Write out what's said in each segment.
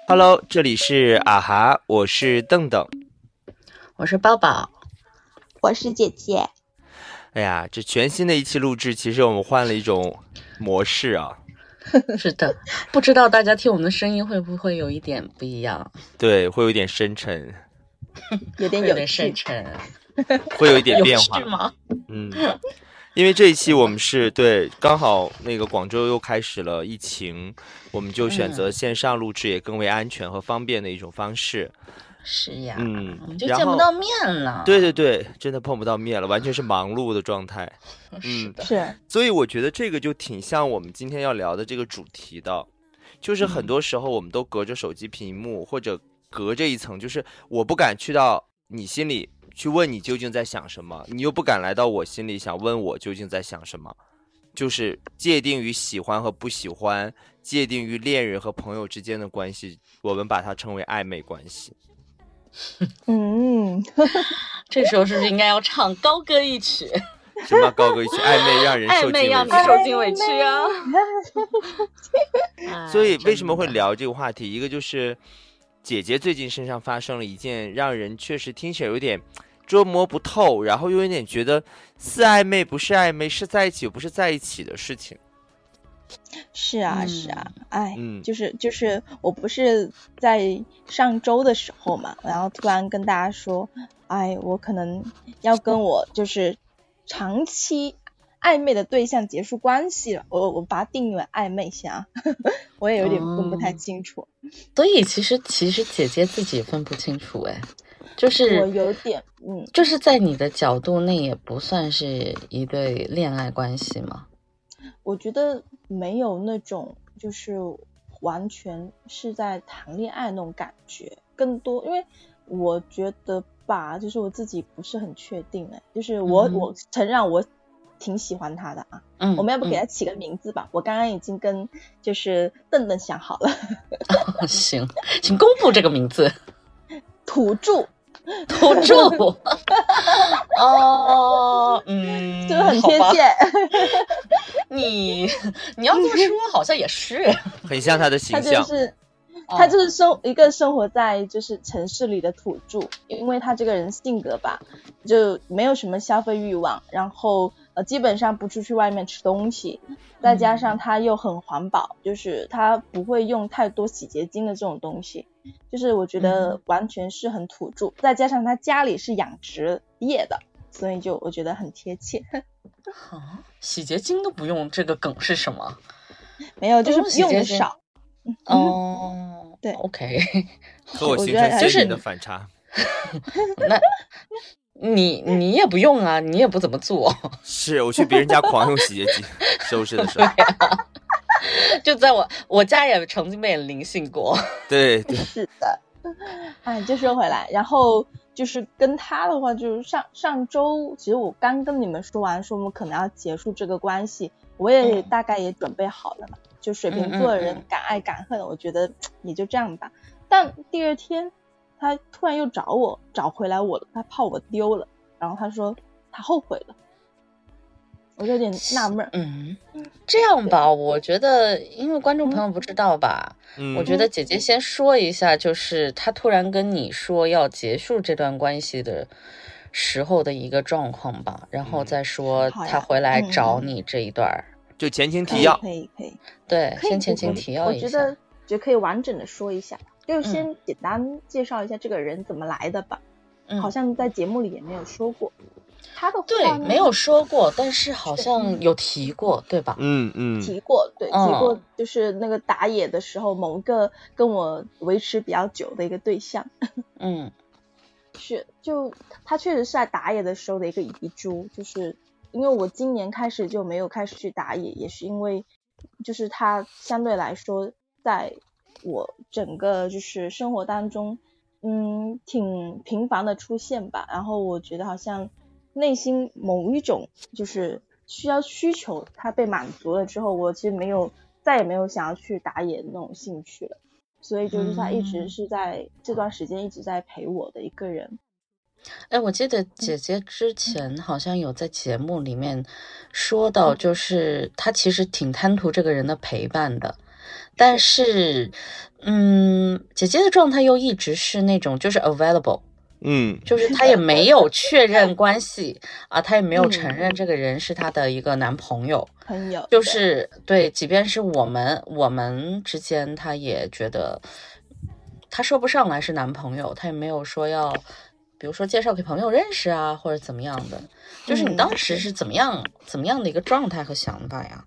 Hello，这里是啊哈，我是邓邓， 我是抱抱， 我是姐姐。 哎呀，这全新的一期录制，其实我们换了一种模式啊。 是的，不知道大家听我们的声音会不会有一点不一样？ 对，会有一点深沉， 有点深沉， 会有一点变化。 有趣吗？ 因为这一期我们是对刚好那个广州又开始了疫情，我们就选择线上录制，也更为安全和方便的一种方式。 是呀，我们就然后见不到面了。 对，真的碰不到面了，完全是忙碌的状态。 是的， 是。 所以我觉得这个就挺像我们今天要聊的这个主题的，就是很多时候我们都隔着手机屏幕，或者隔着一层，就是我不敢去到你心里去问你究竟在想什么，你又不敢来到我心里想问我究竟在想什么，就是界定于喜欢和不喜欢，界定于恋人和朋友之间的关系，我们把它称为暧昧关系。 这时候是不是应该要唱高歌一曲？ 什么高歌一曲？暧昧让人受尽委屈， 暧昧让你受尽委屈啊！ 所以为什么会聊这个话题？一个就是姐姐最近身上发生了一件让人确实听起来有点捉摸不透，然后又有点觉得是暧昧不是暧昧，是在一起不是在一起的事情。 是啊，就是我不是在上周的时候嘛，然后突然跟大家说，我可能要跟我就是长期暧昧的对象结束关系了，我把它定义为暧昧先我也有点分不太清楚。 所以其实姐姐自己分不清楚就是我有点就是在你的角度内也不算是一对恋爱关系吗？ 我觉得没有那种就是完全是在谈恋爱那种感觉，更多因为我觉得吧，就是我自己不是很确定就是我承认我挺喜欢他的我们要不给他起个名字吧？我刚刚已经跟就是邓邓想好了行，请公布这个名字。 土著是不是很贴切？ 你要这么说好像也是很像他的形象。 他就是一个生活在就是城市里的土著，因为他这个人性格吧，就没有什么消费欲望，然后基本上不出去外面吃东西，再加上他又很环保，就是他不会用太多洗洁精的这种东西，就是我觉得完全是很土著，再加上他家里是养殖业的，所以就我觉得很贴切。 洗洁精都不用，这个梗是什么？ 没有，就是用的少。 对 ，OK， 和我形成鲜明的反差。 那你也不用啊，你也不怎么做。 是我去别人家狂用洗洁精收拾的时候。 就在我家也曾经被灵性过。 对， 是的。就说回来，然后就是跟他的话，就是上周，其实我刚跟你们说完，说我们可能要结束这个关系，我也大概也准备好了嘛。就水瓶座的人敢爱敢恨，我觉得也就这样吧。但第二天他突然又找回来我了，他怕我丢了，然后他说他后悔了，我有点纳闷。 这样吧，我觉得因为观众朋友不知道吧，我觉得姐姐先说一下，就是他突然跟你说要结束这段关系的时候的一个状况吧，然后再说他回来找你这一段就前情提要。 可以对，先前情提要一下。 我觉得可以完整的说一下，就先简单介绍一下这个人怎么来的吧。好像在节目里也没有说过他的话。 对，没有说过，但是好像有提过，对吧？ 提过，对，提过，就是那个打野的时候，某一个跟我维持比较久的一个对象。是，就他确实是在打野的时候的一个遗珠，就是因为我今年开始就没有开始去打野，也是因为就是他相对来说在我整个就是生活当中挺频繁的出现吧，然后我觉得好像内心某一种就是需求它被满足了之后，我其实再也没有想要去打野的那种兴趣了，所以就是他一直是在这段时间一直在陪我的一个人。 我记得姐姐之前好像有在节目里面说到，就是她其实挺贪图这个人的陪伴的， 但是姐姐的状态又一直是那种就是 available， 就是她也没有确认关系啊，她也没有承认这个人是她的一个男朋友，就是对，即便是我们之间，她也觉得她说不上来是男朋友，她也没有说要比如说介绍给朋友认识啊，或者怎么样的，就是你当时是怎么样的一个状态和想法呀？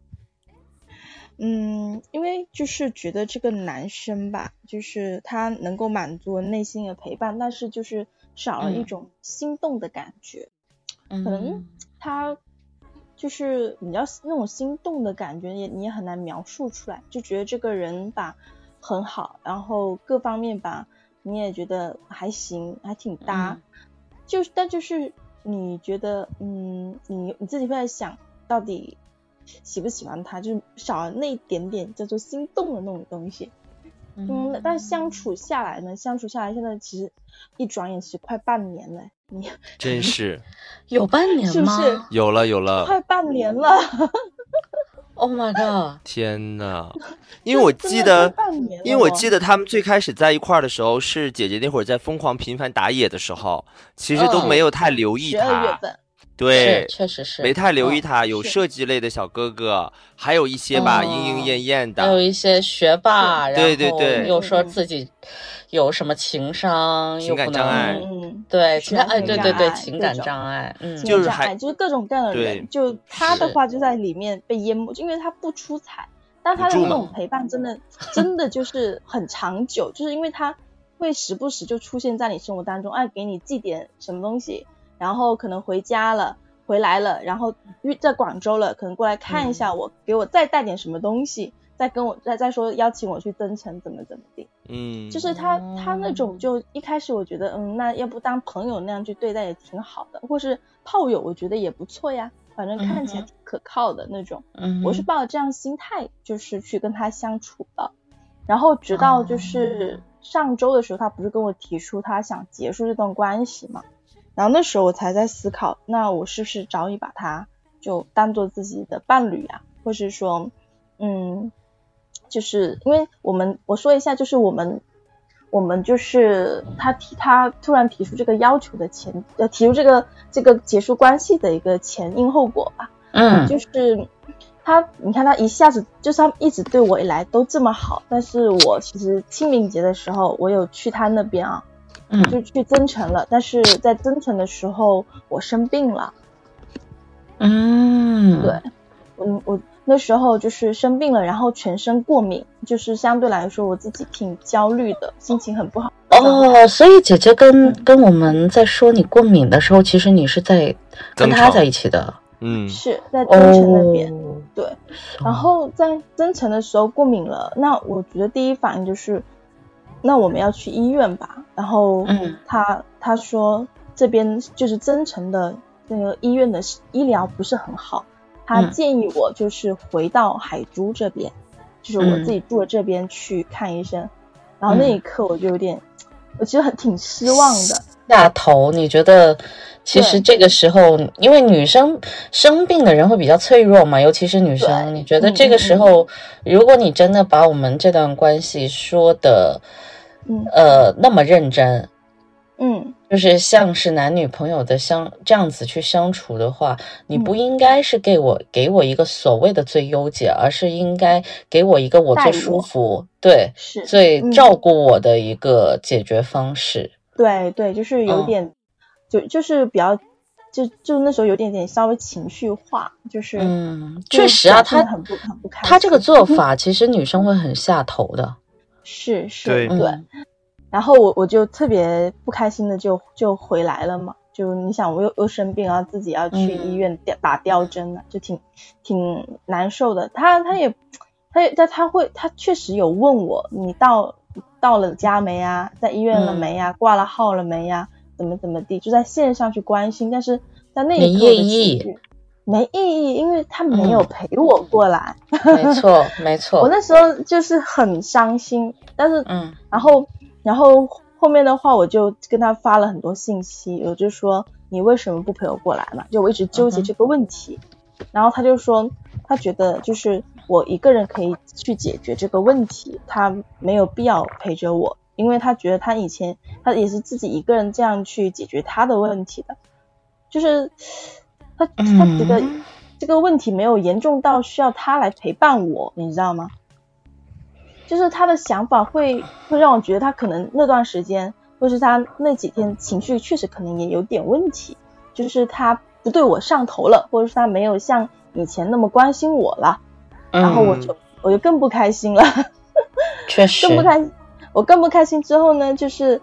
因为就是觉得这个男生吧，就是他能够满足我内心的陪伴，但是就是少了一种心动的感觉，可能他就是你要那种心动的感觉你也很难描述出来，就觉得这个人吧很好，然后各方面吧你也觉得还行，还挺搭，但就是你觉得你自己会在想到底喜不喜欢他，就是少了那一点点叫做心动的那种东西。但相处下来现在其实一转眼是快半年了，你真是有半年吗？ 是不是有了快半年了 Oh my god！ 天哪！因为我记得他们最开始在一块儿的时候，是姐姐那会儿在疯狂频繁打野的时候，其实都没有太留意他。 12月份对， 确实是没太留意他，有设计类的小哥哥，还有一些吧莺莺燕燕的， 还有一些学霸， 对， 又说自己有什么情商、 情感障碍， 对，情感对，情感障碍， 就是各种各样的人，就他的话就在里面被淹没，因为他不出彩，但他的那种陪伴真的就是很长久，就是因为他会时不时就出现在你生活当中，给你寄点什么东西。然后可能回来了，然后在广州了，可能过来看一下我，给我再带点什么东西，再说邀请我去增城怎么地。就是他那种就一开始我觉得那要不当朋友那样去对待也挺好的，或是炮友我觉得也不错呀，反正看起来挺可靠的那种。我是抱着这样心态就是去跟他相处的，然后直到就是上周的时候，他不是跟我提出他想结束这段关系嘛。然后那时候我才在思考，那我是不是早已把他就当做自己的伴侣啊，或是说就是因为我说一下，就是我们就是他突然提出这个要求的提出这个结束关系的一个前因后果吧。就是你看他一下子就是他一直对我以来都这么好，但是我其实清明节的时候我有去他那边啊，就去增城了，但是在增城的时候我生病了。对，我那时候就是生病了，然后全身过敏，就是相对来说我自己挺焦虑的，心情很不好。 所以姐姐跟我们在说你过敏的时候，其实你是在跟他在一起的。 是在增城那边。对，然后在增城的时候过敏了，那我觉得第一反应就是那我们要去医院吧，然后他说这边就是增城的那个医院的医疗不是很好，他建议我就是回到海珠这边，就是我自己住的这边去看医生。然后那一刻我就我其实挺失望的。 下头，你觉得其实这个时候，因为女生生病的人会比较脆弱嘛，尤其是女生，你觉得这个时候，如果你真的把我们这段关系说的那么认真，就是像是男女朋友的这样子去相处的话，你不应该是给我一个所谓的最优解，而是应该给我一个我最舒服，对，最照顾我的一个解决方式。 对，就是有点就是比较就那时候有点稍微情绪化，就是确实啊，他很不开心， 他这个做法其实女生会很下头的。 是对。 然后我就特别不开心的就回来了嘛，就你想我又生病，然后自己要去医院打吊针了，就挺难受的。他确实有问我你到了家没啊，在医院了没啊，挂了号了没啊，怎么地，就在线上去关心，但是在那一刻的情绪没意义，因为他没有陪我过来。 没错我那时候就是很伤心，但是然后后面的话我就跟他发了很多信息，我就说你为什么不陪我过来嘛，就我一直纠结这个问题。然后他就说他觉得就是我一个人可以去解决这个问题，他没有必要陪着我，因为他觉得他以前他也是自己一个人这样去解决他的问题的，就是他觉得这个问题没有严重到需要他来陪伴我，你知道吗？就是他的想法会让我觉得他可能那段时间或是他那几天情绪确实可能也有点问题，就是他不对我上头了，或者是他没有像以前那么关心我了，然后我就更不开心了。 确实我更不开心之后呢，就是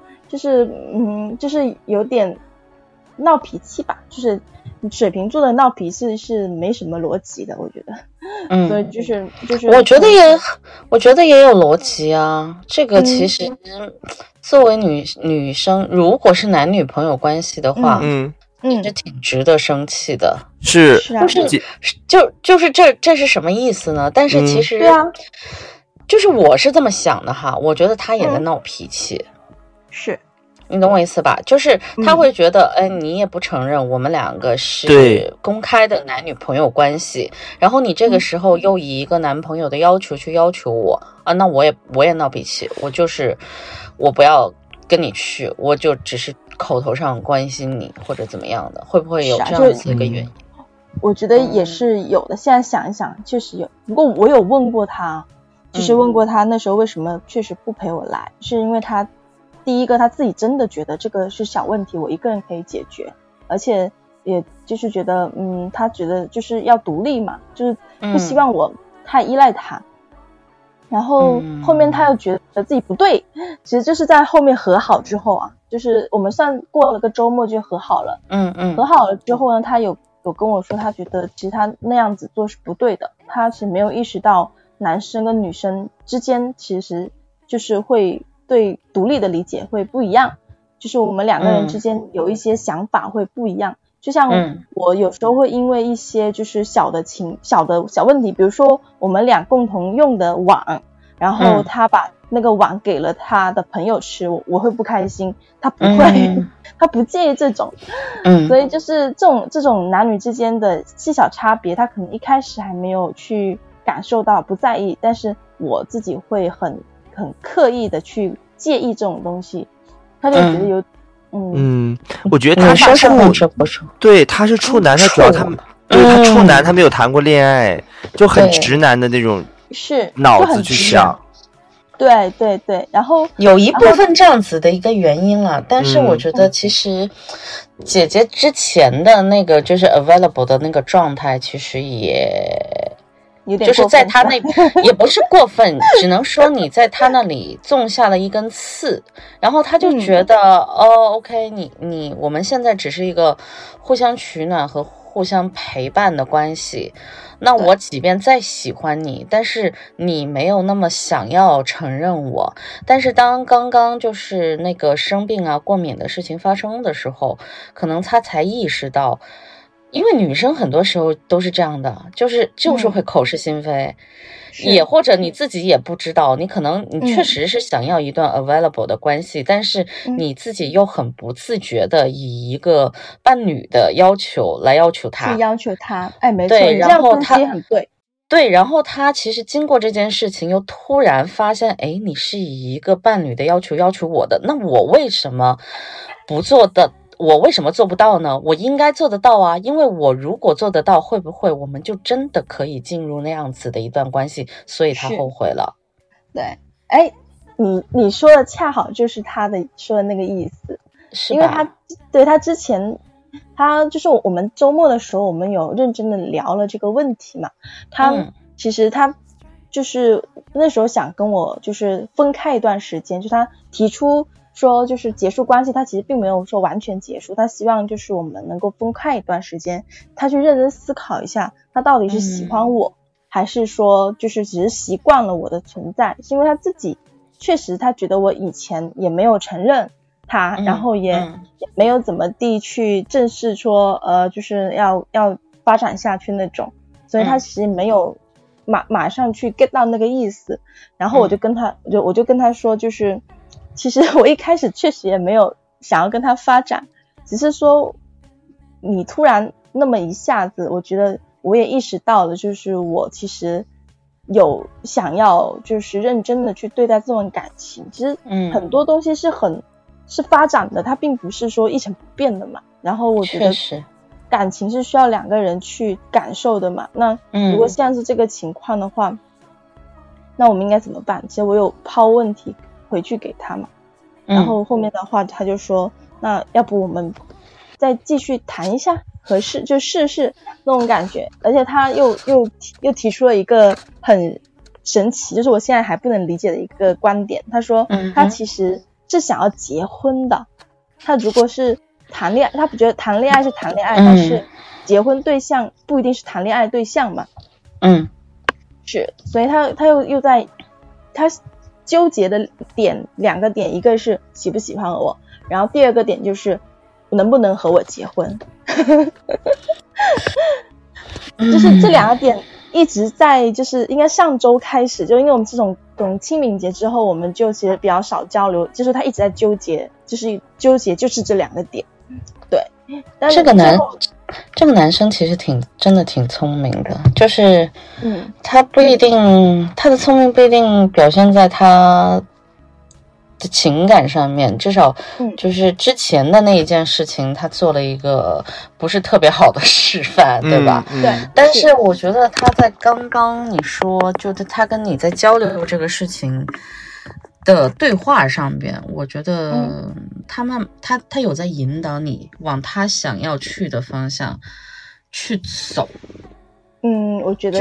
有点闹脾气吧，就是水瓶座的闹脾气是没什么逻辑的，我觉得。所以就是我觉得也有逻辑啊。这个其实作为女生，如果是男女朋友关系的话，是挺值得生气的。 是就是这是什么意思呢？但是其实对啊， 就是我是这么想的哈，我觉得他也在闹脾气。 是。 你懂我意思吧？就是他会觉得，你也不承认我们两个是公开的男女朋友关系，然后你这个时候又以一个男朋友的要求去要求我啊，那我也闹脾气，我不要跟你去，我就只是口头上关心你或者怎么样的，会不会有这样子一个原因？ 我觉得也是有的。现在想一想，确实有。不过我有问过他，就是问过他那时候为什么确实不陪我来，是因为他。第一个他自己真的觉得这个是小问题，我一个人可以解决，而且也就是觉得他觉得就是要独立嘛，就是不希望我太依赖他。然后后面他又觉得自己不对，其实就是在后面和好之后啊，就是我们算过了个周末就和好了。和好了之后呢，他有跟我说他觉得其实他那样子做是不对的，他其实没有意识到男生跟女生之间其实就是会对独立的理解会不一样，就是我们两个人之间有一些想法会不一样。就像我有时候会因为一些就是小问题，比如说我们俩共同用的碗，然后他把那个碗给了他的朋友吃，我会不开心，他不会，他不介意这种。所以就是这种男女之间的细小差别，他可能一开始还没有去感受到不在意，但是我自己会很刻意的去介意这种东西，他就觉得有我觉得他是对，他是处男，他主要他处男，他没有谈过恋爱，就很直男的那种， 是脑子去想。 对对对，然后有一部分这样子的一个原因了，但是我觉得其实姐姐之前的那个就是 available 的那个状态，其实也就是在他那也不是过分，只能说你在他那里种下了一根刺，然后他就觉得OK， 我们现在只是一个互相取暖和互相陪伴的关系，那我即便再喜欢你，但是你没有那么想要承认我。但是当刚刚就是那个生病啊过敏的事情发生的时候，可能他才意识到，因为女生很多时候都是这样的，就是会口是心非，也或者你自己也不知道，你确实是想要一段 available 的关系，但是你自己又很不自觉的以一个伴侣的要求来要求他， 去要求他，没错， 对，然后他很对。 对，然后他其实经过这件事情，又突然发现，你是以一个伴侣的要求我的，那我为什么不做的？我为什么做不到呢？我应该做得到啊，因为我如果做得到，会不会我们就真的可以进入那样子的一段关系？所以他后悔了。 对，你说的恰好就是他说的那个意思， 是吧？因为他之前他就是我们周末的时候，我们有认真的聊了这个问题嘛。其实他就是那时候想跟我就是分开一段时间，就他提出说就是结束关系，他其实并没有说完全结束，他希望就是我们能够分开一段时间，他去认真思考一下他到底是喜欢我，还是说就是只是习惯了我的存在。是因为他自己确实他觉得我以前也没有承认他，然后也没有怎么地去正式说就是要发展下去那种，所以他其实没有马上去 get 到那个意思。然后我就跟他说，就是其实我一开始确实也没有想要跟他发展，只是说你突然那么一下子，我觉得我也意识到了，就是我其实有想要就是认真的去对待这段感情。其实很多东西是发展的，它并不是说一成不变的嘛。然后我觉得感情是需要两个人去感受的嘛。那如果像是这个情况的话，那我们应该怎么办？其实我有抛问题回去给他嘛，然后后面的话他就说，那要不我们再继续谈一下，合适就试试那种感觉。而且他又提出了一个很神奇，就是我现在还不能理解的一个观点。他说他其实是想要结婚的，他如果是谈恋爱，他不觉得谈恋爱是谈恋爱，但是结婚对象不一定是谈恋爱对象嘛。是，所以他又在他纠结的两个点，一个是喜不喜欢我，然后第二个点就是能不能和我结婚。就是这两个点一直在，就是应该上周开始，就因为我们这种清明节之后，我们就其实比较少交流，就是他一直在纠结，就是这两个点。对，但是这个男生其实真的挺聪明的，就是他不一定，他的聪明不一定表现在他的情感上面，至少就是之前的那一件事情他做了一个不是特别好的示范，对吧？ 对。 但是我觉得他在刚刚你说就是他跟你在交流这个事情的对话上边，我觉得他有在引导你往他想要去的方向去走。 我觉得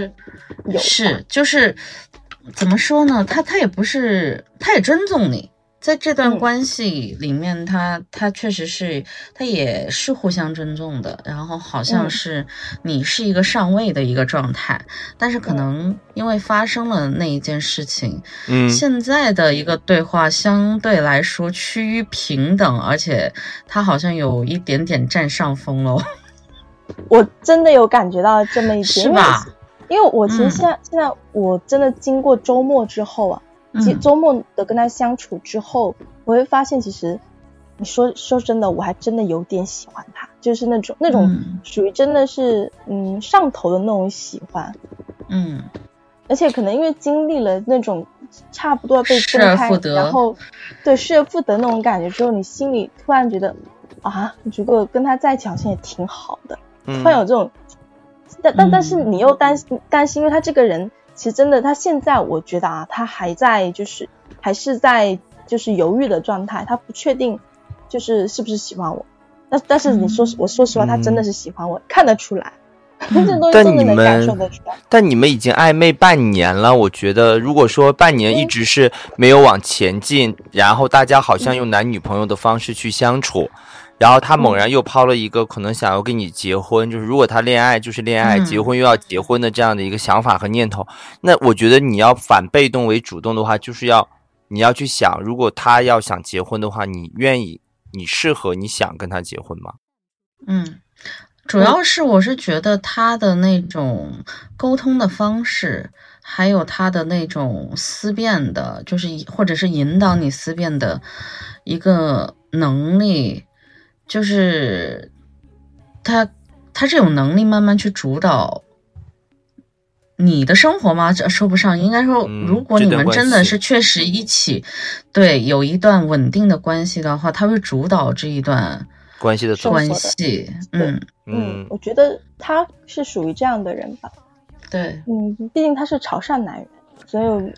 就是怎么说呢？他也不是，他也尊重你，在这段关系里面，他确实是，他也是互相尊重的。然后好像是你是一个上位的一个状态，但是可能因为发生了那一件事情，现在的一个对话相对来说趋于平等，而且他好像有一点点占上风咯。 我真的有感觉到这么一点， 是吧？ 因为我其实现在我真的经过周末之后啊，周末的跟他相处之后，我会发现其实你说真的，我还真的有点喜欢他，就是那种属于真的是上头的那种喜欢。而且可能因为经历了那种差不多被分开，然后对失而复得那种感觉之后，你心里突然觉得啊，如果跟他在一起好像也挺好的，突然有这种。但是你又担心，因为他这个人其实真的，他现在我觉得啊，他还是在就是犹豫的状态，他不确定就是是不是喜欢我。但是我说实话，他真的是喜欢我，看得出来，这东西真的能感受得出来。 但你们已经暧昧半年了，我觉得如果说半年一直是没有往前进，然后大家好像用男女朋友的方式去相处。然后他猛然又抛了一个可能想要跟你结婚，就是如果他恋爱就是恋爱，结婚又要结婚的这样的一个想法和念头，那我觉得你要反被动为主动的话，就是你要去想，如果他要想结婚的话，你愿意，你适合，你想跟他结婚吗？ 主要是我是觉得他的那种沟通的方式，还有他的那种思辨的，就是或者是引导你思辨的一个能力。就是他这种能力慢慢去主导你的生活吗？这说不上，应该说如果你们真的是确实一起对有一段稳定的关系的话，他会主导这一段关系的关系。 我觉得他是属于这样的人吧。 对， 毕竟他是潮汕男人，所以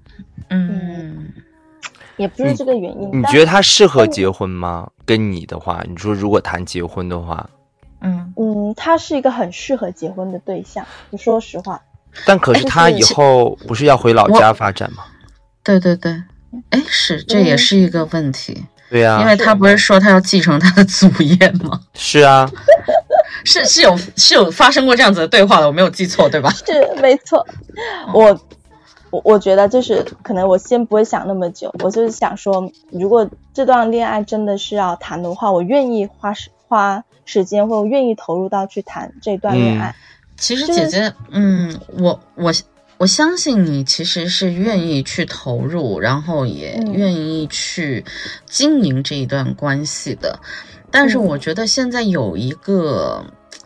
也不是这个原因。 你觉得他适合结婚吗？跟你的话，你说如果谈结婚的话， 他是一个很适合结婚的对象，你说实话。 但可是他以后不是要回老家发展吗？ 对，这也是一个问题。 对啊， 因为他不是说他要继承他的祖业吗？ 是啊， 是有发生过这样子的对话的，我没有记错，对吧？ 是没错。我觉得就是可能我先不会想那么久，我就是想说，如果这段恋爱真的是要谈的话，我愿意花时间，或者愿意投入到去谈这段恋爱。 其实姐姐，我相信你其实是愿意去投入，然后也愿意去经营这一段关系的。但是我觉得现在有一个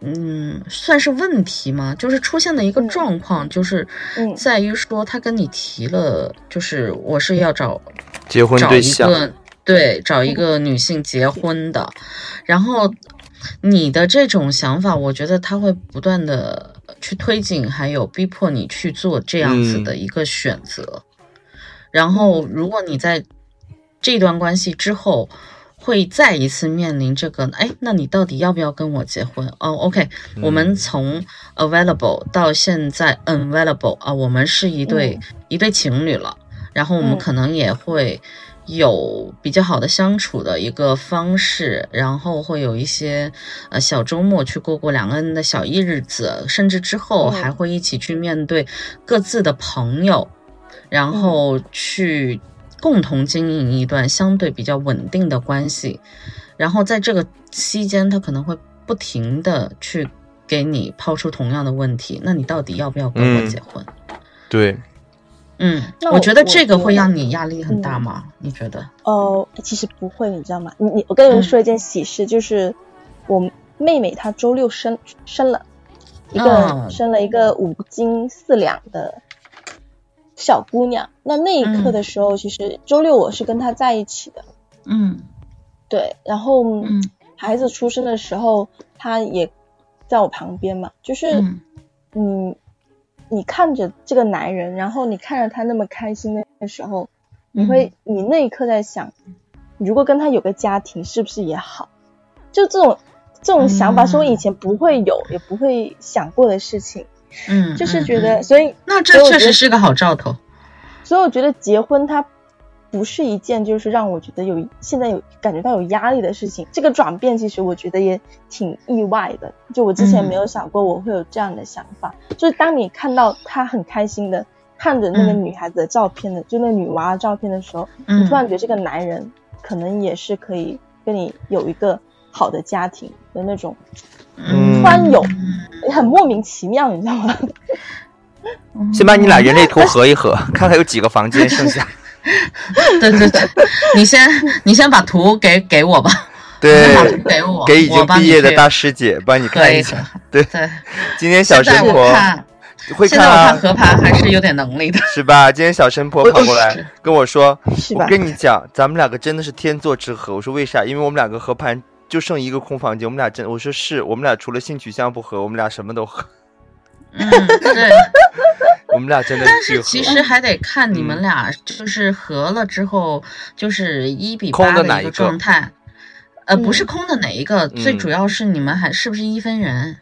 算是问题吗？就是出现的一个状况，就是在于说他跟你提了，就是我是要结婚对象， 找一个女性结婚的，然后你的这种想法，我觉得他会不断的去推进，还有逼迫你去做这样子的一个选择。然后如果你在这段关系之后会再一次面临这个，那你到底要不要跟我结婚？OK，我们从 available 到现在 unavailable 我们是一对情侣了，然后我们可能也会有比较好的相处的一个方式，然后会有一些小周末去过两个人的小一日子，甚至之后还会一起去面对各自的朋友，然后去共同经营一段相对比较稳定的关系。然后在这个期间他可能会不停的去给你抛出同样的问题，那你到底要不要跟我结婚？ 对， 我觉得这个会让你压力很大吗？你觉得？ 其实不会，你知道吗？我跟你们说一件喜事，就是我妹妹她周六生了一个5斤4两的小姑娘。那一刻的时候，其实周六我是跟她在一起的。对，然后孩子出生的时候，她也在我旁边嘛，就是你看着这个男人，然后你看着他那么开心的时候，你那一刻在想，如果跟他有个家庭是不是也好？就这种想法是我以前不会有也不会想过的事情。就是觉得所以那这确实是个好兆头。 所以我觉得结婚它不是一件就是让我觉得现在感觉到有压力的事情。这个转变其实我觉得也挺意外的，就我之前没有想过我会有这样的想法。就是当你看到他很开心的看着那个女孩子的照片的，就那个女娃的照片的时候，你突然觉得这个男人可能也是可以跟你有一个好的家庭的那种，突然有很莫名其妙，你知道吗？ 先把你俩人类图合一合，看看有几个房间剩下。 对，你先把图给我吧。 对， 给我， 给已经毕业的大师姐帮你看一下。对，今天小神婆会看。 现在我看合盘还是有点能力的， 是吧？今天小神婆跑过来跟我说，我跟你讲，咱们两个真的是天作之合。我说为啥？因为我们两个合盘就剩一个空房间，我们俩我说是我们俩除了性取向不合，我们俩什么都合。 对。 我们俩真的， 但是其实还得看你们俩就是合了之后，就是1比8的一个状态。不是空的哪一个，最主要是你们还是不是一分人？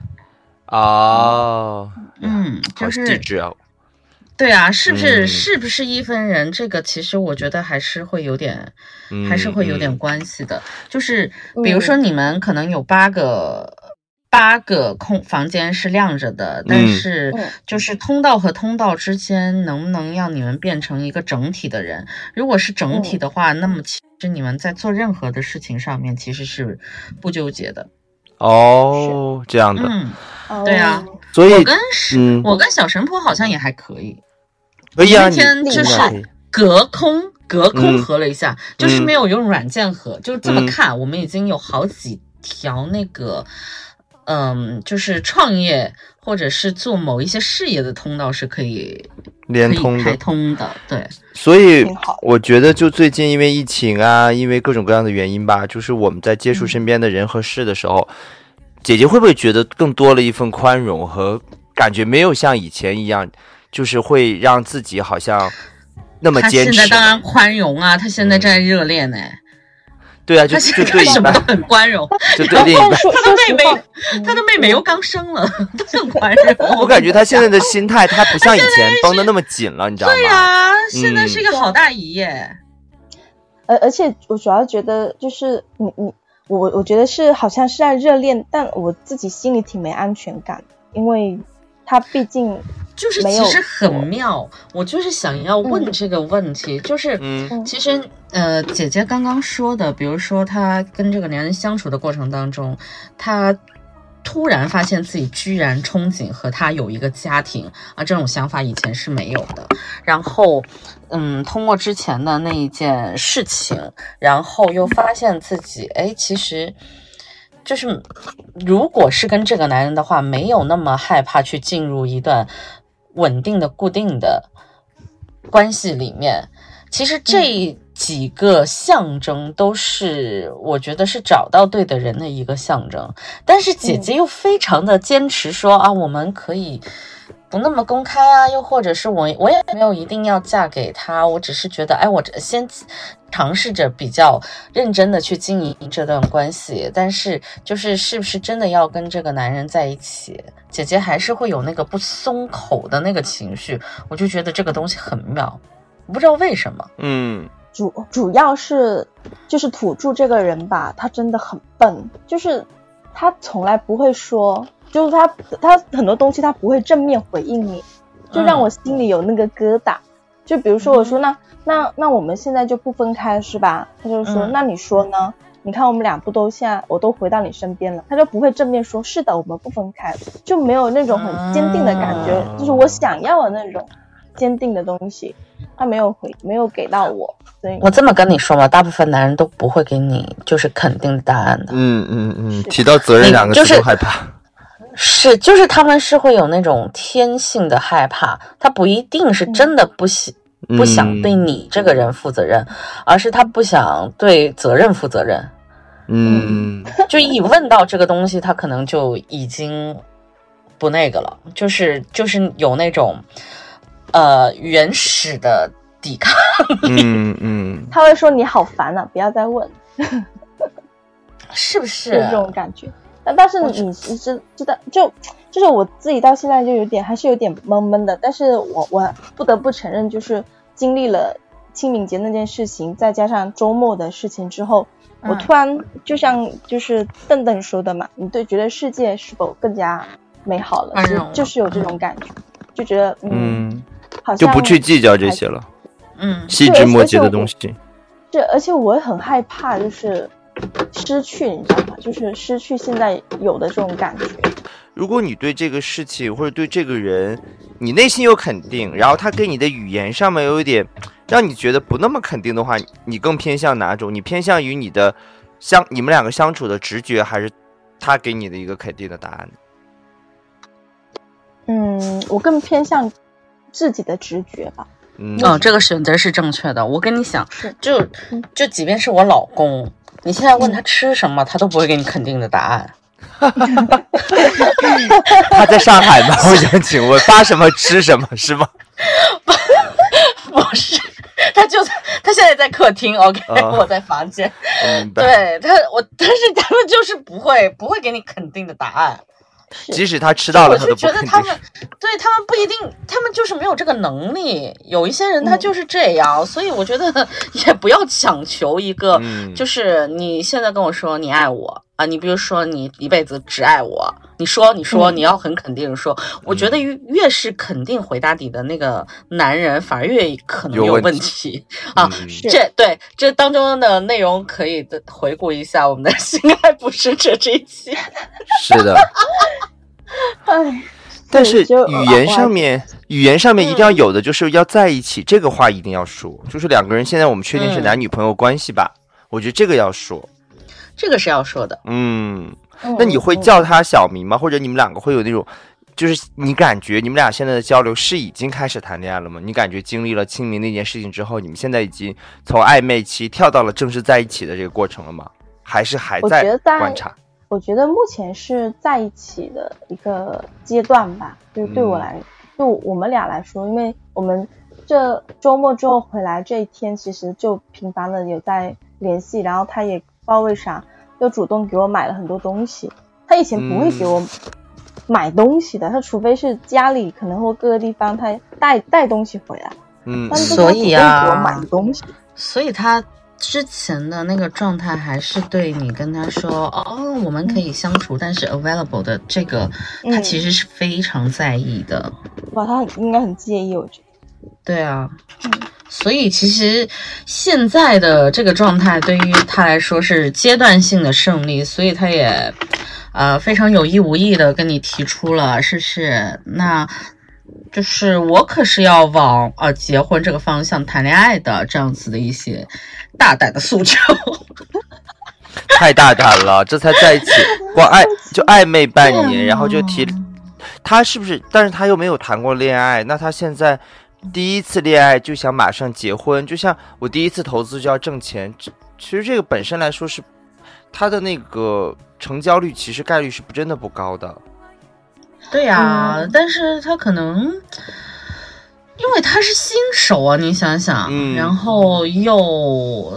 就是地址啊。 对啊，是不是一分人？这个其实我觉得还是会有点关系的。就是比如说你们可能有8个空房间是亮着的，但是就是通道和通道之间能不能让你们变成一个整体的人？如果是整体的话，那么其实你们在做任何的事情上面其实是不纠结的。 这样的。 对啊， 所以我跟小神婆好像也还可以。 可以啊， 那天就是隔空合了一下，就是没有用软件合，就这么看，我们已经有好几条那个。就是创业或者是做某一些事业的通道是可以连通的、 开通的，对。 所以我觉得，就最近因为疫情啊，因为各种各样的原因吧，就是我们在接触身边的人和事的时候，姐姐会不会觉得更多了一份宽容和感觉，没有像以前一样，就是会让自己好像那么坚持？ 他现在当然宽容啊，他现在在热恋呢。 对啊，就对什么都很宽容， 就对另一半。 他的妹妹又刚生了，他很宽容。 我感觉他现在的心态，他不像以前绷得那么紧了，你知道吗？ 对啊，现在是一个好大姨耶。 而且我主要觉得就是我觉得是好像是在热恋，但我自己心里挺没安全感，因为他毕竟。 就是其实很妙，我就是想要问这个问题，就是其实姐姐刚刚说的，比如说她跟这个男人相处的过程当中，她突然发现自己居然憧憬和他有一个家庭啊，这种想法以前是没有的。然后通过之前的那一件事情，然后又发现自己其实就是如果是跟这个男人的话，没有那么害怕去进入一段稳定的固定的关系里面，其实这几个象征都是我觉得是找到对的人的一个象征。但是姐姐又非常的坚持说啊，我们可以不那么公开啊，又或者是我也没有一定要嫁给他，我只是觉得我先尝试着比较认真的去经营这段关系，但是是不是真的要跟这个男人在一起，姐姐还是会有那个不松口的那个情绪。我就觉得这个东西很妙，我不知道为什么。 主要是就是土著这个人吧，他真的很笨，就是他从来不会说，就是他很多东西他不会正面回应你，就让我心里有那个疙瘩。就比如说我说那我们现在就不分开是吧？他就说那你说呢？你看我们俩不都现在我都回到你身边了，他就不会正面说是的我们不分开，就没有那种很坚定的感觉，就是我想要的那种坚定的东西，他没有给到我。所以我这么跟你说嘛，大部分男人都不会给你就是肯定的答案的。 提到责任两个字都害怕。 就是他们是会有那种天性的害怕，他不一定是真的不想对你这个人负责任，而是他不想对责任负责任。就一问到这个东西，他可能就已经不那个了，就是有那种原始的抵抗力。 他会说你好烦啊，不要再问。 是不是？ 这种感觉。但是你知道，就是我自己到现在就还是有点闷闷的。但是我不得不承认，就是经历了清明节那件事情，再加上周末的事情之后，我突然就像就是邓邓说的嘛，你觉得世界是否更加美好了？就是有这种感觉，就觉得好像就不去计较这些了。细枝末节的东西。 而且我很害怕，就是失去，你知道吗？就是失去现在有的这种感觉。 如果你对这个事情或者对这个人，你内心有肯定，然后他跟你的语言上面有一点让你觉得不那么肯定的话，你更偏向哪种？你偏向于你们两个相处的直觉，还是他给你的一个肯定的答案？ 我更偏向自己的直觉吧。 这个选择是正确的。我跟你讲，就即便是我老公，你现在问他吃什么，他都不会给你肯定的答案。 他在上海吗？我想请问，发什么吃什么是吗？ 不是，他现在在客厅 ，OK，我在房间。对但是他们就是不会给你肯定的答案。 即使他吃到了，他都不肯定。我就觉得他们不一定，他们就是没有这个能力。有一些人他就是这样，所以我觉得也不要强求一个，就是你现在跟我说你爱我啊，你比如说你一辈子只爱我，你说你要很肯定说，我觉得越是肯定回答你的那个男人，反而越可能有问题啊。这当中的内容可以回顾一下我们的性爱捕食者这一期。 是的。但是语言上面一定要有的，就是要在一起，这个话一定要说。就是两个人现在我们确定是男女朋友关系吧，我觉得这个要说。 这个是要说的。 那你会叫他小名吗？或者你们两个会有那种，就是你感觉你们俩现在的交流是已经开始谈恋爱了吗？你感觉经历了清明那件事情之后，你们现在已经从暧昧期跳到了正式在一起的这个过程了吗？还是还在观察？ 我觉得目前是在一起的一个阶段吧，就是对我们俩来说，因为我们这周末之后回来这一天，其实就频繁的有在联系，然后他也不知道为啥又主动给我买了很多东西。他以前不会给我买东西的，他除非是家里可能或各个地方他带东西回来，但是他主动给我买东西， 所以他之前的那个状态还是对你跟他说我们可以相处，但是 available 的这个他其实是非常在意的。 哇，他应该很介意，我觉得。 对啊，所以其实现在的这个状态对于他来说是阶段性的胜利，所以他也非常有意无意的跟你提出了，是不是？那就是我可是要往结婚这个方向谈恋爱的，这样子的一些大胆的诉求。 太大胆了，这才在一起光暧昧半年，然后就提他是不是？但是他又没有谈过恋爱，那他现在第一次恋爱就想马上结婚，就像我第一次投资就要挣钱，其实这个本身来说是他的那个成交率，其实概率是真的不高的。 对呀，但是他可能因为他是新手啊，你想想，然后又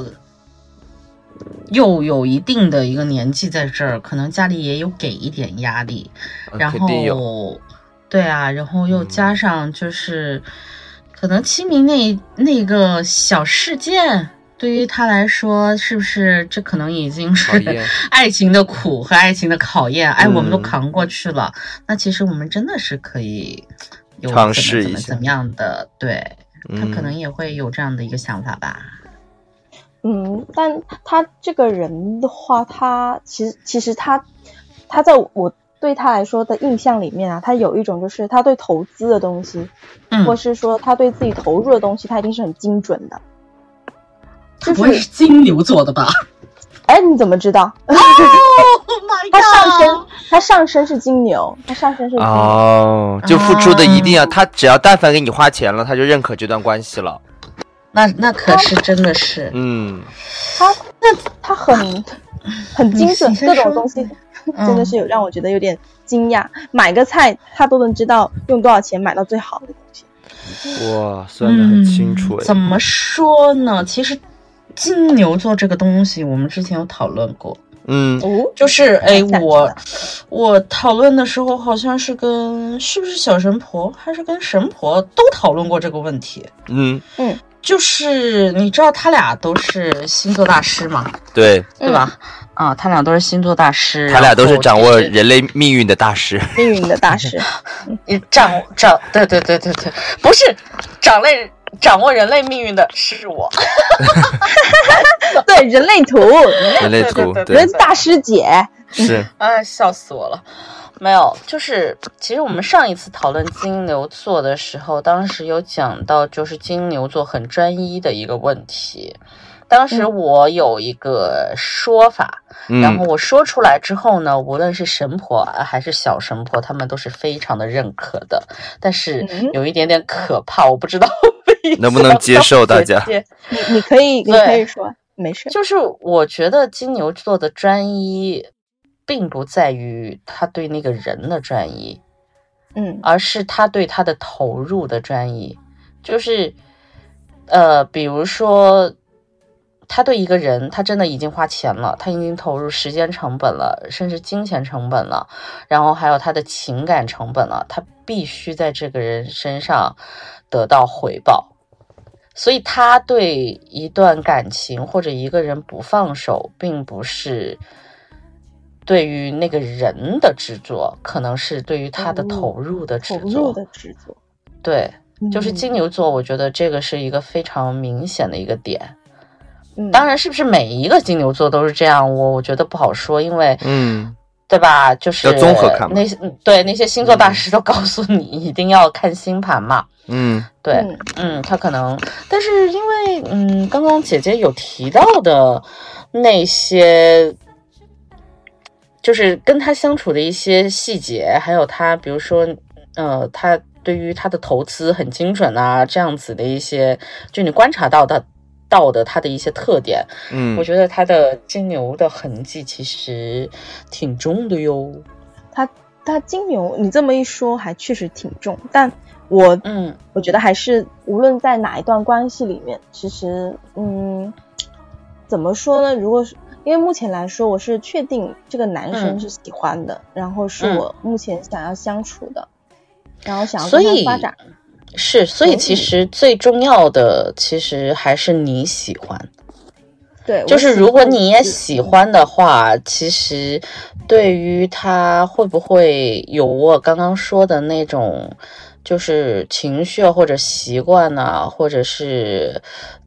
有一定的一个年纪在这儿，可能家里也有给一点压力，然后对啊，然后又加上就是可能清明那个小事件对于他来说，是不是这可能已经是爱情的苦和爱情的考验？哎，我们都扛过去了，那其实我们真的是可以有尝试一下怎么样的？对，他可能也会有这样的一个想法吧。 但他这个人的话，他其实他在我对他来说的印象里面啊，他有一种就是他对投资的东西，或是说他对自己投入的东西，他一定是很精准的。 他不会是金牛座的吧？ 哎，你怎么知道？Oh my god！ 他上升是金牛， 就付出的一定要，他只要但凡给你花钱了，他就认可这段关系了。 那可是真的是， 他很精准，各种东西真的是有让我觉得有点惊讶。买个菜他都能知道用多少钱买到最好的东西。 哇，算得很清楚。 怎么说呢？其实金牛座这个东西，我们之前有讨论过。就是我讨论的时候，好像是是不是小神婆还是跟神婆都讨论过这个问题。就是你知道他俩都是星座大师嘛？ 对吧？他俩都是星座大师， 他俩都是掌握人类命运的大师。 命运的大师， 对，不是掌握人类命运的是我。 对，人类图， 人大师姐是。 笑死我了。没有，就是其实我们上一次讨论金牛座的时候，当时有讲到就是金牛座很专一的一个问题。当时我有一个说法，然后我说出来之后呢，无论是神婆还是小神婆，他们都是非常的认可的，但是有一点点可怕，我不知道能不能接受大家。 你可以说，没事。 就是我觉得金牛座的专一并不在于他对那个人的专一，而是他对他的投入的专一。就是比如说他对一个人，他真的已经花钱了，他已经投入时间成本了，甚至金钱成本了，然后还有他的情感成本了，他必须在这个人身上得到回报。所以他对一段感情或者一个人不放手，并不是对于那个人的执着，可能是对于他的投入的执着。对，就是金牛座，我觉得这个是一个非常明显的一个点。当然是不是每一个金牛座都是这样，我觉得不好说，因为对吧，就是要综合看嘛。 那些星座大师都告诉你一定要看星盘嘛。对，他可能，但是因为刚刚姐姐有提到的那些，就是跟他相处的一些细节，还有他比如说他对于他的投资很精准啊，这样子的一些，就你观察到的他的一些特点，我觉得他的金牛的痕迹其实挺重的哟。 他金牛，你这么一说还确实挺重，但我觉得还是无论在哪一段关系里面，其实怎么说呢？如果是因为目前来说，我是确定这个男生是喜欢的，然后是我目前想要相处的，然后想要跟他发展。 所以其实最重要的其实还是你喜欢。 对， 就是如果你也喜欢的话，其实对于他会不会有我刚刚说的那种就是情绪或者习惯啊，或者是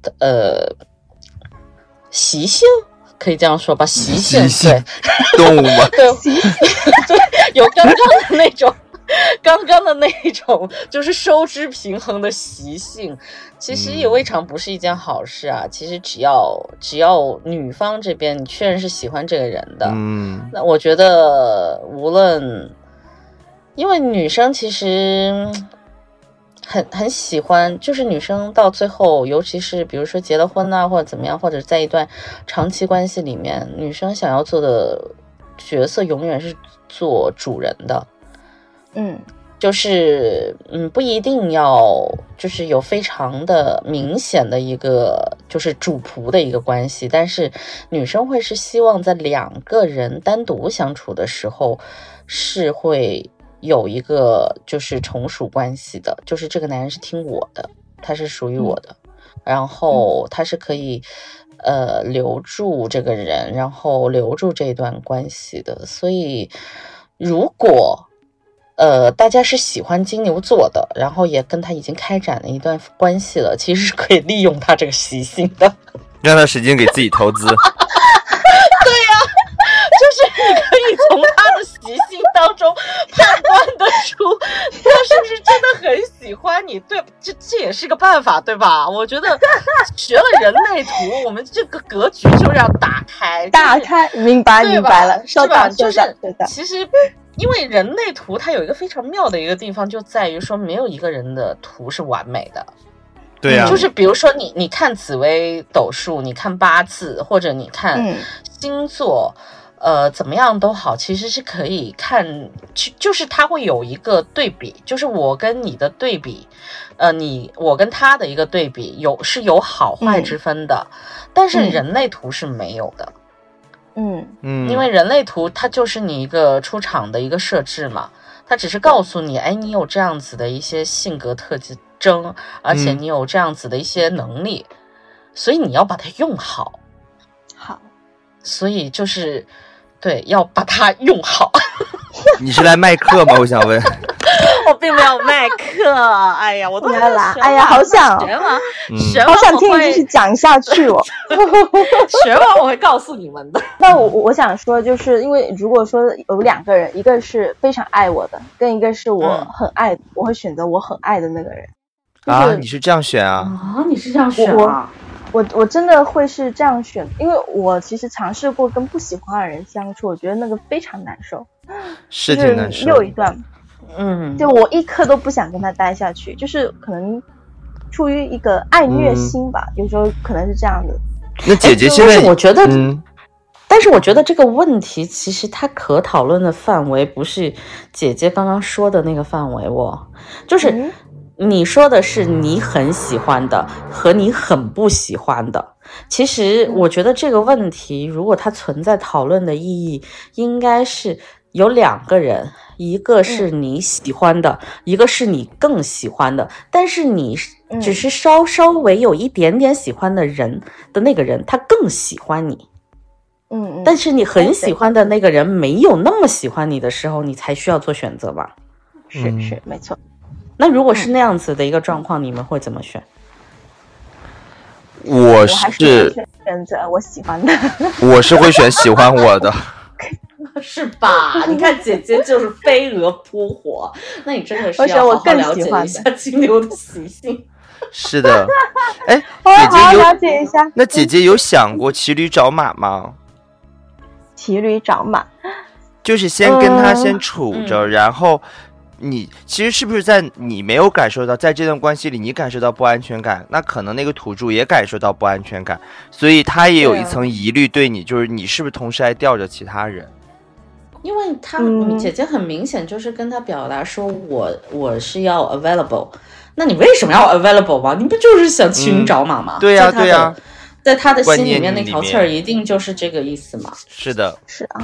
习性，可以这样说吧，习性对动物吗？ 对，对，有刚刚的那种刚刚的那种就是收支平衡的习性，其实也未尝不是一件好事啊。其实只要女方这边你确认是喜欢这个人的，那我觉得无论，因为女生其实很喜欢，就是女生到最后，尤其是比如说结了婚啊，或者怎么样，或者在一段长期关系里面，女生想要做的角色永远是做主人的。就是不一定要就是有非常的明显的一个就是主仆的一个关系，但是女生会是希望在两个人单独相处的时候是会有一个就是从属关系的，就是这个男人是听我的，他是属于我的，然后他是可以留住这个人，然后留住这段关系的。所以如果大家是喜欢金牛座的，然后也跟他已经开展了一段关系了，其实是可以利用他这个习性的， 让他使劲给自己投资。 对呀，就是你可以从他的习性当中判断得出他是不是真的很喜欢你，对，这也是个办法，对吧？我觉得学了人类图，我们这个格局就要打开， 明白了， 是吧？就是其实。因为人类图它有一个非常妙的一个地方，就在于说没有一个人的图是完美的。 对啊， 就是比如说你看紫微斗数，你看八字，或者你看星座，怎么样都好，其实是可以看，就是它会有一个对比，就是我跟你的对比，我跟他的一个对比，是有好坏之分的，但是人类图是没有的。因为人类图它就是你一个出场的一个设置嘛，它只是告诉你，哎，你有这样子的一些性格特征，而且你有这样子的一些能力，所以你要把它用好。所以就是对，要把它用好。 你是来卖课吗？我想问。 我并没有卖课，哎呀，我都要来，哎呀，好想学嘛， 好想听你继续讲下去哦。 学完我会告诉你们的。 那我想说，就是因为如果说有两个人，一个是非常爱我的，跟一个是我很爱，我会选择我很爱的那个人。 啊，你是这样选啊？ 你是这样选啊？ 我真的会是这样选，因为我其实尝试过跟不喜欢的人相处，我觉得那个非常难受， 是挺难受。 有一段。就我一刻都不想跟他待下去，就是可能出于一个爱虐心吧，有时候可能是这样的。 那姐姐现在我觉得但是我觉得这个问题其实它可讨论的范围不是姐姐刚刚说的那个范围就是你说的是你很喜欢的和你很不喜欢的。其实我觉得这个问题如果它存在讨论的意义，应该是有两个人，一个是你喜欢的，一个是你更喜欢的，但是你只是稍微有一点点喜欢的人的那个人，他更喜欢你。但是你很喜欢的那个人没有那么喜欢你的时候，你才需要做选择吧？ 是没错。 那如果是那样子的一个状况，你们会怎么选？ 我还是选择我喜欢的。 我是会选喜欢我的。 是吧？你看姐姐就是飞蛾扑火，那你真的是要好好了解一下金牛的习性。 是的，哎， 姐姐了解一下。 那姐姐有想过骑驴找马吗？ 骑驴找马， 就是先跟他先处着，然后你其实是不是在你没有感受到，在这段关系里你感受到不安全感，那可能那个土著也感受到不安全感，所以他也有一层疑虑对你，就是你是不是同时还吊着其他人。 因为姐姐很明显就是跟他表达说我是要 available， 那你为什么要 available 吗？你不就是想骑驴找马吗？ 对呀对呀， 在他的心里面那条刺儿一定就是这个意思嘛。 是的， 是啊，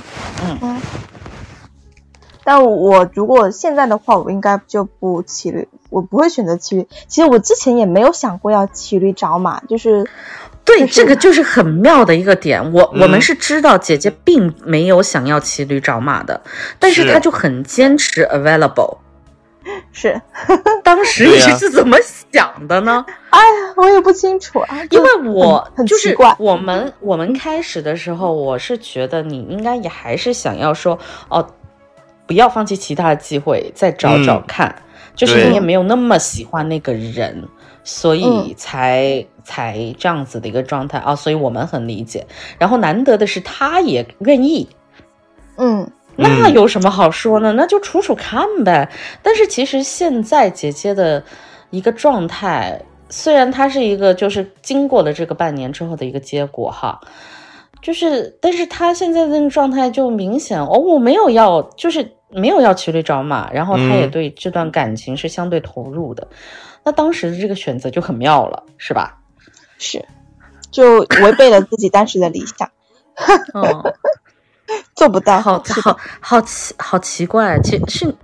但我如果现在的话，我应该就不骑驴，我不会选择骑驴。其实我之前也没有想过要骑驴找马，就是对，这个就是很妙的一个点。我们是知道姐姐并没有想要骑驴找马的，但是她就很坚持 available。 是， 当时你是怎么想的呢？ 哎呀，我也不清楚啊， 因为我就是我们开始的时候，我是觉得你应该也还是想要说不要放弃其他的机会，再找找看。就是你也没有那么喜欢那个人，所以才这样子的一个状态啊。所以我们很理解。然后难得的是他也愿意，那有什么好说呢？那就处处看呗。但是其实现在姐姐的一个状态，虽然它是一个就是经过了这个半年之后的一个结果哈。但是他现在的那个状态就明显我没有要骑驴找马，然后他也对这段感情是相对投入的，那当时的这个选择就很妙了，是吧？ 是，就违背了自己当时的理想，做不到， 好奇怪，其实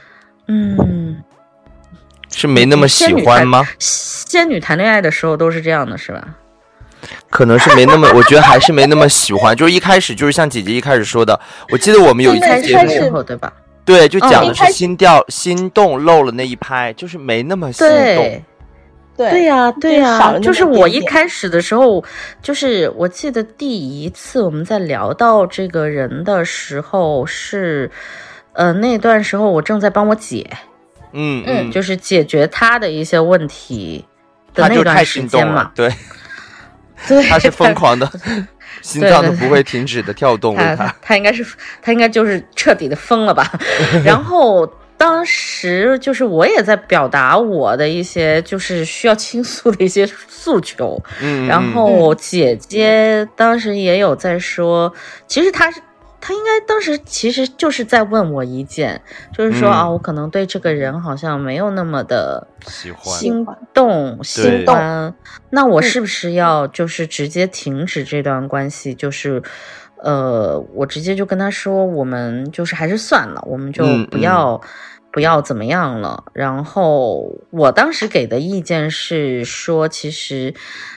是没那么喜欢吗？ 仙女谈恋爱的时候都是这样的，是吧？ 可能是没那么，我觉得还是没那么喜欢。就是一开始，就是像姐姐一开始说的，我记得我们有一期节目， 对吧？ 对，就讲的是心动漏了那一拍，就是没那么心动。 对呀，就是我一开始的时候，就是我记得第一次我们在聊到这个人的时候是，那段时候我正在帮我姐，就是解决他的一些问题的那段时间嘛， 对。他是疯狂的，心脏都不会停止的跳动。 他应该就是彻底的疯了吧。然后当时就是我也在表达我的一些就是需要倾诉的一些诉求，然后姐姐当时也有在说，其实他应该当时其实就是在问我意见，就是说我可能对这个人好像没有那么的心动，那我是不是要就是直接停止这段关系？就是我直接就跟他说，我们就是还是算了，我们就不要怎么样了。然后我当时给的意见是说，其实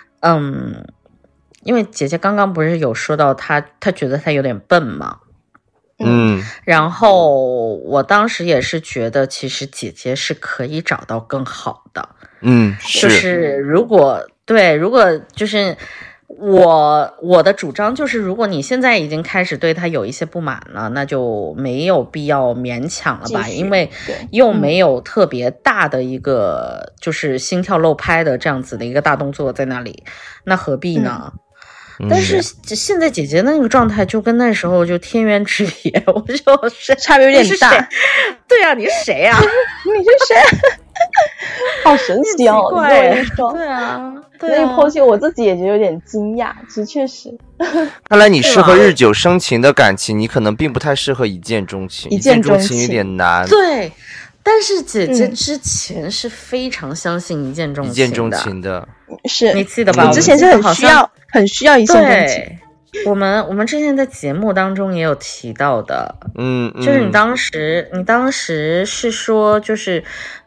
因为姐姐刚刚不是有说到她觉得她有点笨嘛，然后我当时也是觉得其实姐姐是可以找到更好的，就是如果就是我的主张就是，如果你现在已经开始对他有一些不满了，那就没有必要勉强了吧，因为又没有特别大的一个就是心跳漏拍的这样子的一个大动作在那里，那何必呢？但是现在姐姐那个状态就跟那时候就天渊之别，我就是差别有点大。 对啊，你是谁啊？ 你是谁？好神奇哦！你跟我说， 对啊， 那一剖析我自己也觉得有点惊讶，确实。 看来你适合日久生情的感情，你可能并不太适合一见钟情。一见钟情有点难。 对，但是姐姐之前是非常相信一见钟情的。 是你记得吧？ 我之前是很需要一见钟情。 我们之前在节目当中也有提到的，就是你当时是说，就是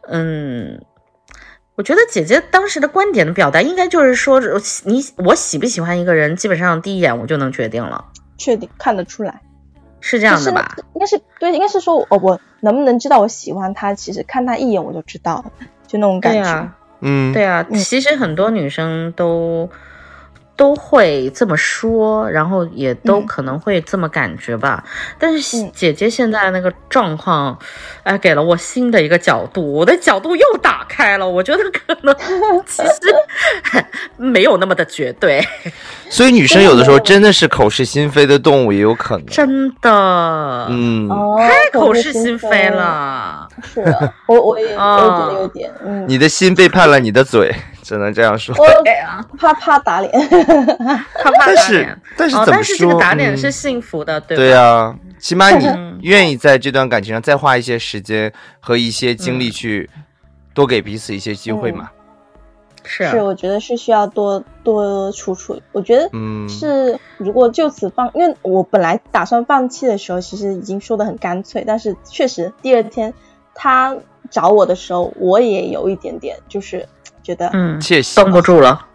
我觉得姐姐当时的观点的表达应该就是说，我喜不喜欢一个人，基本上第一眼我就能决定了， 确定看得出来， 是这样的吧？ 应该是说我能不能知道我喜欢他，其实看他一眼我就知道了，就那种感觉。 对啊，其实很多女生都会这么说，然后也都可能会这么感觉吧。但是姐姐现在那个状况，给了我新的一个角度，我的角度又打开了。我觉得可能其实没有那么的绝对。 所以女生有的时候真的是口是心非的动物，也有可能。 真的，太口是心非了。 是的，我也觉得有点。 你的心背叛了你的嘴。只能这样说， 怕打脸， 怕打脸。 但是怎么说？ 但是这个打脸是幸福的，对吧？ 对啊，起码你愿意在这段感情上再花一些时间和一些精力去多给彼此一些机会嘛。 是， 我觉得是需要多处。我觉得是，如果就此因为我本来打算放弃的时候，其实已经说得很干脆，但是确实第二天他找我的时候，我也有一点点就是觉得绷不住了。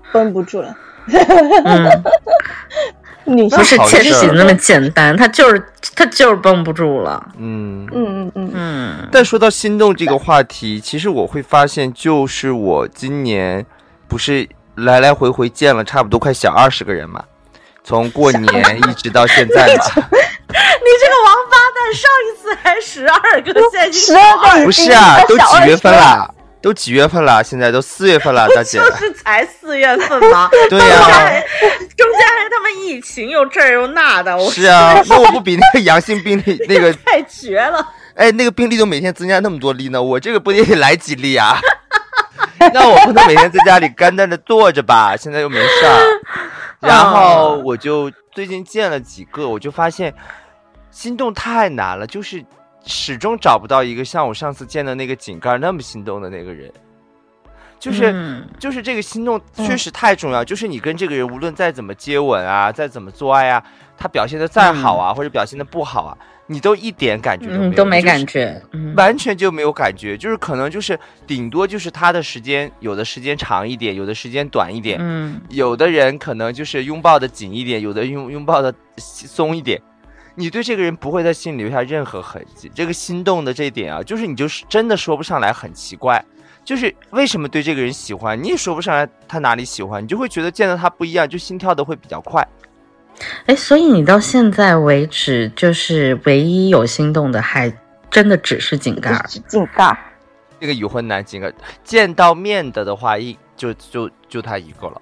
女生不是窃喜那么简单，他就是绷不住了。 但说到心动这个话题，其实我会发现，就是我今年不是来来回回见了差不多快小20个人嘛，从过年一直到现在嘛。 这个王八蛋，上一次还12个，现在 12个， 不是啊，都几月份了？都几月份了？现在都4月份了，大姐。 就是才4月份吗？ 对呀， 中间还他妈疫情，又这又那的。 是啊，那我不比那个阳性病例那个太绝了。 哎，那个病例都每天增加那么多例呢，我这个不得来几例啊？那我不能每天在家里干干的坐着吧？现在又没事儿。然后我就最近见了几个，我就发现心动太难了，就是始终找不到一个像我上次见的那个井盖那么心动的那个人。就是这个心动确实太重要，就是你跟这个人无论再怎么接吻啊，再怎么做爱啊，他表现的再好啊，或者表现的不好啊，你都一点感觉都没有， 都没感觉， 完全就没有感觉，就是可能就是顶多就是他的时间，有的时间长一点，有的时间短一点，有的人可能就是拥抱的紧一点，有的拥抱的松一点，你对这个人不会在心里留下任何痕迹。这个心动的这一点啊，就是你就是真的说不上来，很奇怪。就是为什么对这个人喜欢，你也说不上来他哪里喜欢，你就会觉得见到他不一样，就心跳的会比较快。 哎，所以你到现在为止，就是唯一有心动的，还真的只是井盖。 井盖， 那个已婚男井盖，见到面的话，就他一个了。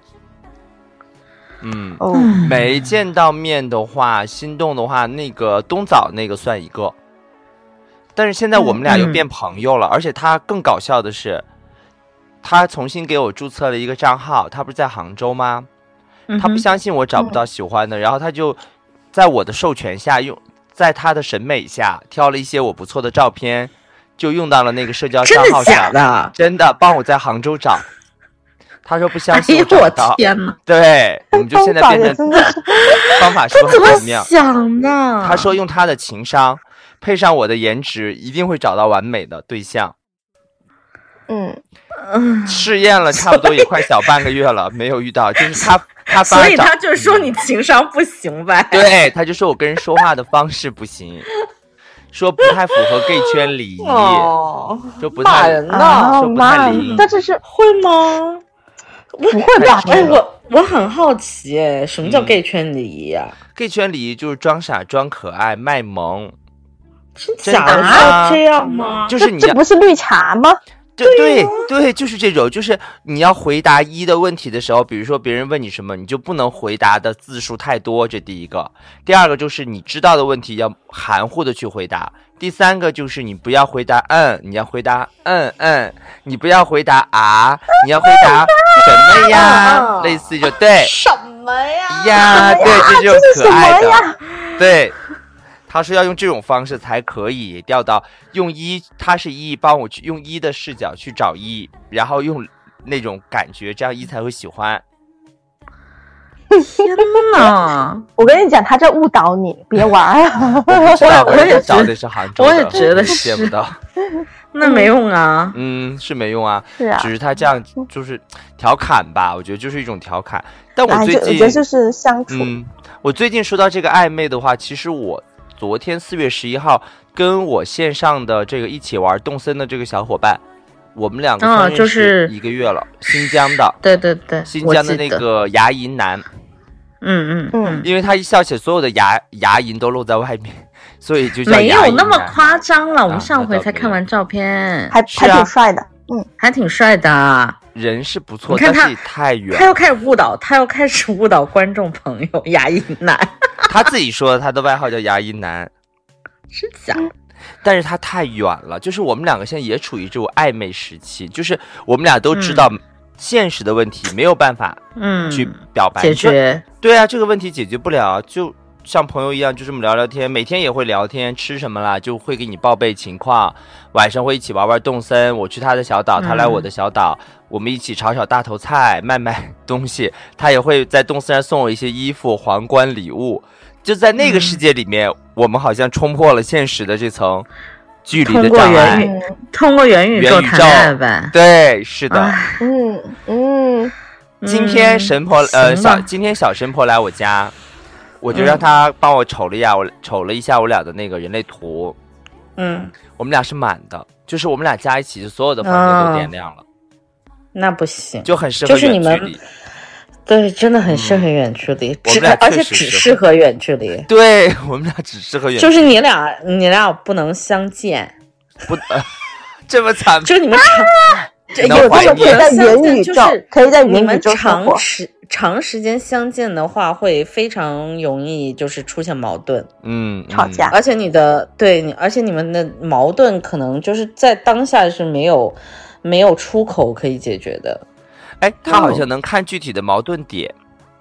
没见到面的话，心动的话，那个冬枣那个算一个。但是现在我们俩又变朋友了，而且他更搞笑的是，他重新给我注册了一个账号，他不是在杭州吗？他不相信我找不到喜欢的，然后他就在我的授权下，在他的审美下挑了一些我不错的照片，就用到了那个社交账号上。 真的假的？ 真的，帮我在杭州找。他说不相信我找不到。 哎呦我天哪！ 对，我们就现在变成方法是不是很妙？ 他怎么想的？ 他说用他的情商配上我的颜值，一定会找到完美的对象。试验了差不多也快小半个月了，没有遇到，就是他所以他就说你情商不行呗。 对，他就说我跟人说话的方式不行，说不太符合 gay 圈礼仪，说不太骂人呢， 说不太礼仪。 但这是会吗？不会吧？哎，我很好奇，哎，什么叫 gay 圈礼仪呀 ？gay 圈礼仪就是装傻、装可爱、卖萌。 真假的要这样吗？ 就是你这不是绿茶吗？ 对，就是这种，就是你要回答一的问题的时候，比如说别人问你什么，你就不能回答的字数太多，这第一个。第二个就是你知道的问题要含糊的去回答。第三个就是你不要回答你要回答你不要回答你要回答什么呀？类似就对什么呀？ 对，这就是可爱的，对。他说要用这种方式才可以调到用他是帮我去用的视角去找然后用那种感觉，这样才会喜欢。 天哪！ 我跟你讲，他在误导你，别玩啊！ 我也找的是杭州的， 我也觉得见不到， 那没用啊。 是没用啊， 是啊， 只是他这样就是调侃吧，我觉得就是一种调侃。但我最近， 我觉得就是相处。 我最近说到这个暧昧的话，其实我昨天4月11号跟我线上的这个一起玩动森的这个小伙伴，我们两个算认识1个月了，新疆的， 对， 新疆的那个牙龈男，因为他一笑起来，所有的牙龈都露在外面，所以就叫牙龈男。 没有那么夸张了，我们上回才看完照片， 还挺帅的， 还挺帅的， 人是不错，但是太远， 他又开始误导观众朋友，牙龈男。 他自己说他的外号叫牙龈男， 是假， 但是他太远了，就是我们两个现在也处于这种暧昧时期，就是我们俩都知道现实的问题没有办法去表白解决， 对啊，这个问题解决不了，就像朋友一样，就这么聊聊天，每天也会聊天，吃什么啦，就会给你报备情况，晚上会一起玩玩动森，我去他的小岛，他来我的小岛，我们一起炒大头菜，卖东西，他也会在动森上送我一些衣服、皇冠、礼物。就在那个世界里面，我们好像冲破了现实的这层距离的障碍， 通过元宇宙谈恋爱呗。 对，是的。今天今天小神婆来我家，我就让他帮我瞅了一下我俩的那个人类图。我们俩是满的，就是我们俩加一起，就所有的房间都点亮了。 那不行， 就很适合远距离。 对，真的很适合远距离，而且只适合远距离。 对，我们俩只适合远距离， 就是你俩不能相见， 不，这么惨， 就你们有这么可以在元宇宙，可以在元宇宙长时间相见的话，会非常容易就是出现矛盾， 吵架， 而且而且你们的矛盾可能就是在当下是没有出口可以解决的。 哎，他好像能看具体的矛盾点，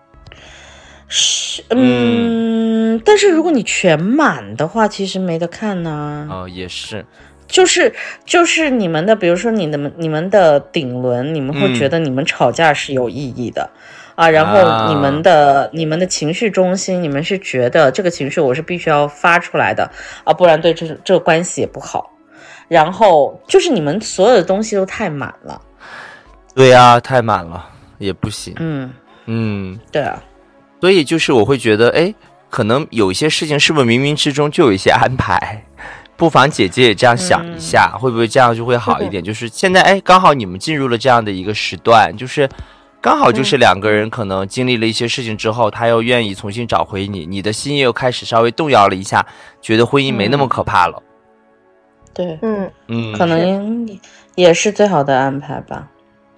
是，但是如果你全满的话，其实没得看呢。 哦，也是， 就是你们的，比如说你们的顶轮，你们会觉得你们吵架是有意义的。然后你们的情绪中心，你们是觉得这个情绪我是必须要发出来的不然对这个关系也不好。然后就是你们所有的东西都太满了。 对啊，太满了也不行。 对啊。 所以就是我会觉得，哎，可能有一些事情是不是冥冥之中就有一些安排？不妨姐姐也这样想一下，会不会这样就会好一点？就是现在，哎，刚好你们进入了这样的一个时段，就是刚好就是两个人可能经历了一些事情之后，他又愿意重新找回你，你的心又开始稍微动摇了一下，觉得婚姻没那么可怕了。 对，可能也是最好的安排吧。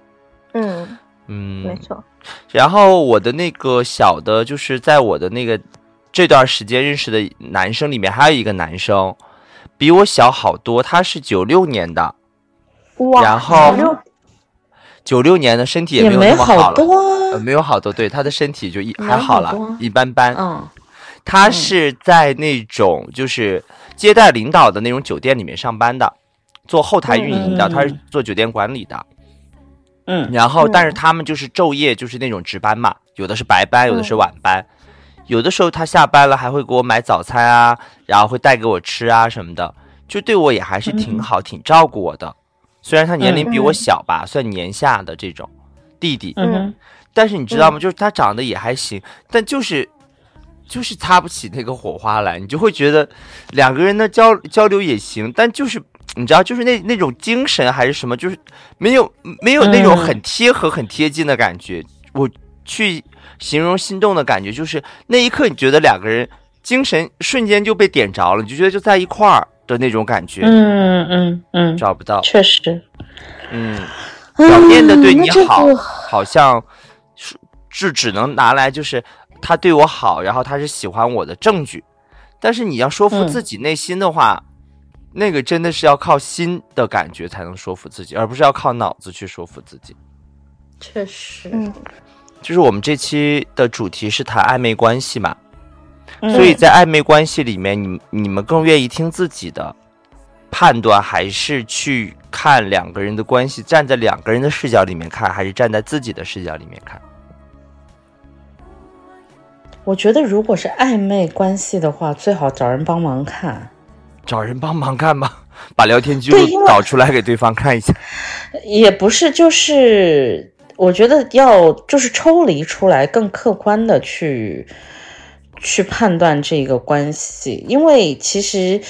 没错。 然后我的那个小的，就是在我的那个这段时间认识的男生里面，还有一个男生比我小好多，他是96年的， 哇， 然后96年的身体也没有那么好了，没有好多，对，他的身体就还好了，一般般。他是在那种就是接待领导的那种酒店里面上班的，做后台运营的，他是做酒店管理的。然后但是他们就是昼夜就是那种值班嘛，有的是白班，有的是晚班，有的时候他下班了还会给我买早餐啊，然后会带给我吃啊什么的，就对我也还是挺好，挺照顾我的。虽然他年龄比我小吧，算年下的这种弟弟，但是你知道吗？就是他长得也还行，但就是擦不起那个火花来，你就会觉得两个人的交流也行，但就是你知道，就是那种精神还是什么，就是没有那种很贴合、很贴近的感觉。我去形容心动的感觉，就是那一刻你觉得两个人精神瞬间就被点着了，你就觉得就在一块儿的那种感觉。找不到， 确实。 表面的对你好，好像是只能拿来就是他对我好，然后他是喜欢我的证据。但是你要说服自己内心的话，那个真的是要靠心的感觉才能说服自己，而不是要靠脑子去说服自己。 确实。 就是我们这期的主题是谈暧昧关系嘛，所以在暧昧关系里面，你们更愿意听自己的判断，还是去看两个人的关系，站在两个人的视角里面看，还是站在自己的视角里面看？ 我觉得如果是暧昧关系的话，最好找人帮忙看。 找人帮忙看吗？把聊天记录导出来给对方看一下？ 也不是，就是我觉得要就是抽离出来，更客观的去判断这个关系。因为其实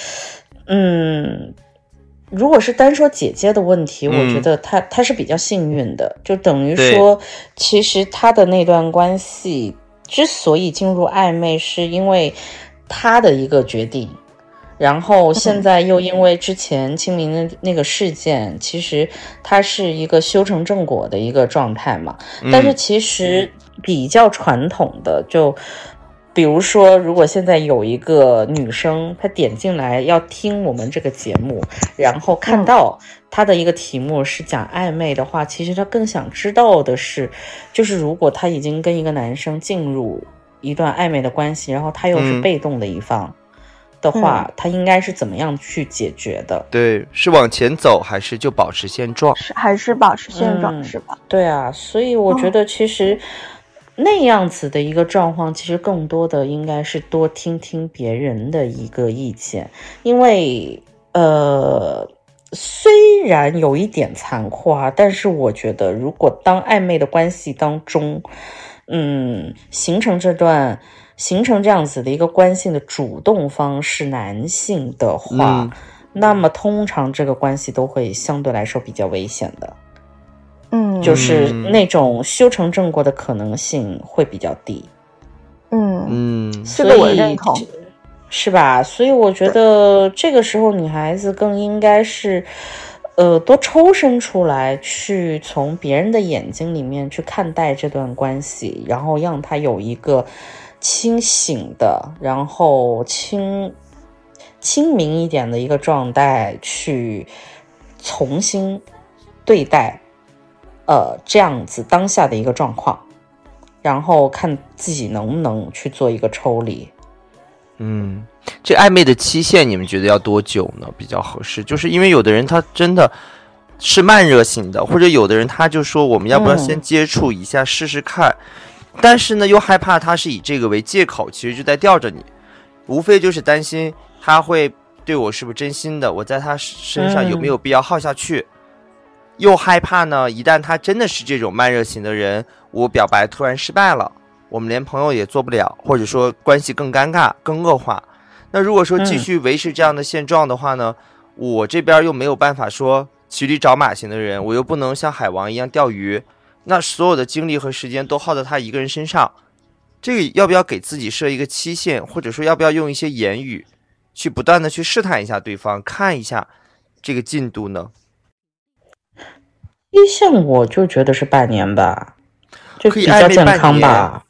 如果是单说姐姐的问题，我觉得她是比较幸运的，就等于说其实她的那段关系之所以进入暧昧，是因为她的一个决定，然后现在又因为之前清明的那个事件，其实它是一个修成正果的一个状态嘛。但是其实比较传统的，就比如说如果现在有一个女生她点进来要听我们这个节目，然后看到她的一个题目是讲暧昧的话，其实她更想知道的是，就是如果她已经跟一个男生进入一段暧昧的关系，然后她又是被动的一方的话，他应该是怎么样去解决的？ 对，是往前走还是就保持现状？ 还是保持现状，是吧？ 对啊，所以我觉得其实那样子的一个状况，其实更多的应该是多听听别人的一个意见，因为虽然有一点残酷啊，但是我觉得如果当暧昧的关系当中，形成这样子的一个关系的主动方是男性的话，那么通常这个关系都会相对来说比较危险的。 就是那种修成正果的可能性会比较低。 这个我认同， 是吧？所以我觉得这个时候女孩子更应该是多抽身出来，去从别人的眼睛里面去看待这段关系，然后让她有一个清醒的，然后清明一点的一个状态去重新对待这样子当下的一个状况，然后看自己能不能去做一个抽离。 这暧昧的期限你们觉得要多久呢比较合适？就是因为有的人他真的是慢热型的，或者有的人他就说我们要不要先接触一下试试看，但是呢又害怕他是以这个为借口，其实就在吊着你，无非就是担心他会对我是不是真心的，我在他身上有没有必要耗下去，又害怕呢一旦他真的是这种慢热型的人，我表白突然失败了，我们连朋友也做不了，或者说关系更尴尬更恶化。那如果说继续维持这样的现状的话呢，我这边又没有办法说骑驴找马型的人，我又不能像海王一样钓鱼，那所有的精力和时间都耗在他一个人身上，这个要不要给自己设一个期限，或者说要不要用一些言语去不断的去试探一下对方，看一下这个进度呢？ 期限我就觉得是半年吧，就比较健康吧。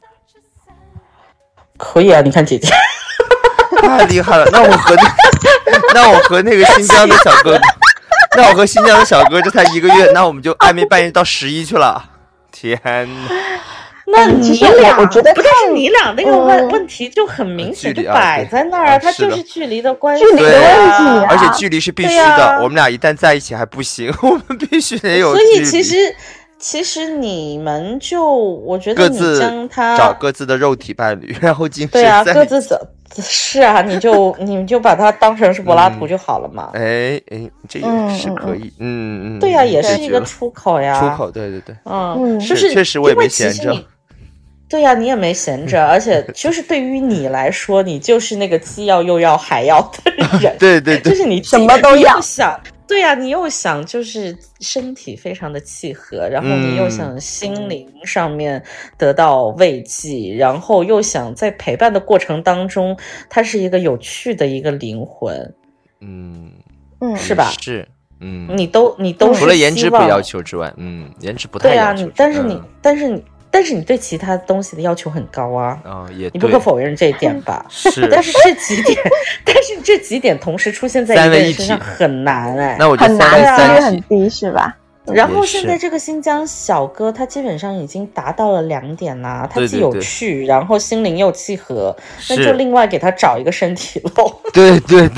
可以啊，你看姐姐太厉害了。那我和那个新疆的小哥那我和新疆的小哥这才1个月，那我们就暧昧半年到11去了。天哪！ 那你俩， 我觉得不是你俩那个问题就很明显，就摆在那儿啊，它就是距离的关系， 距离的问题啊， 而且距离是必须的，我们俩一旦在一起还不行，我们必须得有距离。 所以其实你们就，我觉得你将他找各自的肉体伴侣，然后精神对啊，各自走。是啊，你就把它当成是柏拉图就好了嘛。 这也是可以。 对呀，也是一个出口呀。 出口，对。 就是确实我也没闲着。 对呀，你也没闲着，而且就是对于你来说，你就是那个既要又要还要的人。 对， 就是你什么都要想。对呀，你又想就是身体非常的契合，然后你又想心灵上面得到慰藉，然后又想在陪伴的过程当中，它是一个有趣的一个灵魂。是吧？ 是， 你都除了颜值不要求之外，颜值不太要求。 对啊，但是你对其他东西的要求很高啊， 也对， 你不可否认这一点吧？ 是， 但是这几点同时出现在一个人身上很难哎， 那我就很难，几率很低是吧？ 然后现在这个新疆小哥他基本上已经达到了2点啦，他既有趣，然后心灵又契合，那就另外给他找一个身体喽。 对，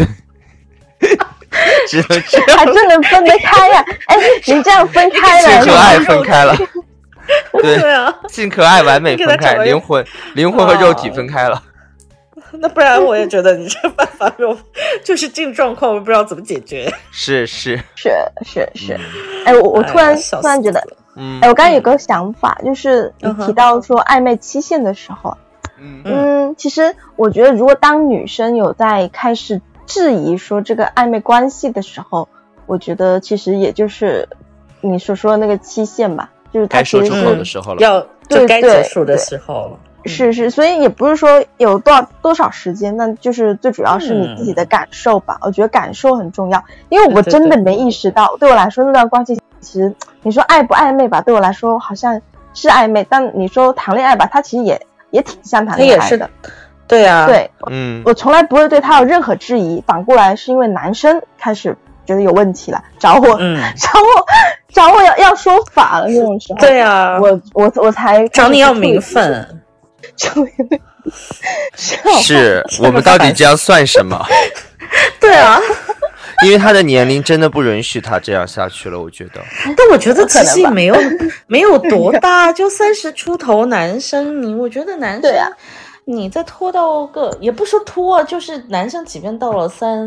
只能这样， 还真能分得开呀！你这样分开了， 性和爱分开了。对啊， 性可爱完美分开，灵魂和肉体分开了。 那不然我也觉得你这办法就是这个状况，我不知道怎么解决。 是。我突然觉得，我刚刚有个想法，就是你提到说暧昧期限的时候，其实我觉得如果当女生有在开始质疑说这个暧昧关系的时候，我觉得其实也就是你所说的那个期限吧，就是它其实是该说出口的时候了， 就该结束的时候了。 是，所以也不是说有多少时间，那就是最主要是你自己的感受吧。我觉得感受很重要，因为我真的没意识到，对我来说那段关系其实你说暧不暧昧吧，对我来说好像是暧昧，但你说谈恋爱吧，它其实也挺像谈恋爱的。 对啊， 对，我从来不会对他有任何质疑，反过来是因为男生开始觉得有问题了，找我要说法了那种时候。 对啊， 我才找你要名分。 是我们到底这样算什么？ 对啊， 因为他的年龄真的不允许他这样下去了，我觉得。 但我觉得其实没有多大，就30出头男生，我觉得男生对啊， 你再拖到也不说拖，就是男生即便到了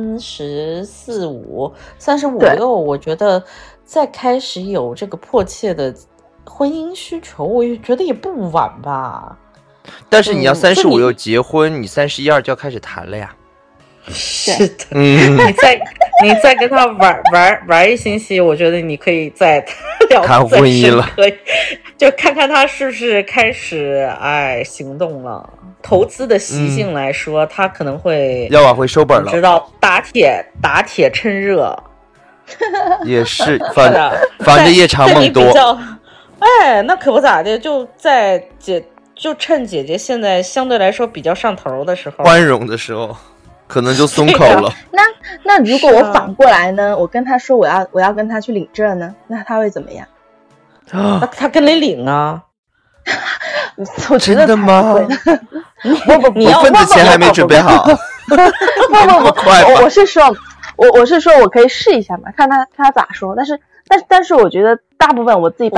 34、35、35、36，我觉得再开始有这个迫切的婚姻需求，我也觉得也不晚吧。 但是你要35又结婚，你31、32就要开始谈了呀。 是的，你你再跟他玩一星期，我觉得你可以再聊谈婚姻了， 就看看他是不是开始行动了。投资的习性来说，他可能会要往回收本了， 知道打铁趁热， 也是反正夜长梦多。 那可不咋的，就趁姐姐现在相对来说比较上头的时候， 宽容的时候，可能就松口了。 那如果我反过来呢？我跟他说我要跟他去领证呢，那他会怎么样？ 那他跟你领啊？ 我觉得真的吗？ 不， 你份子钱还没准备好。不， 我是说我可以试一下嘛，看他咋说。但是我觉得大部分我自己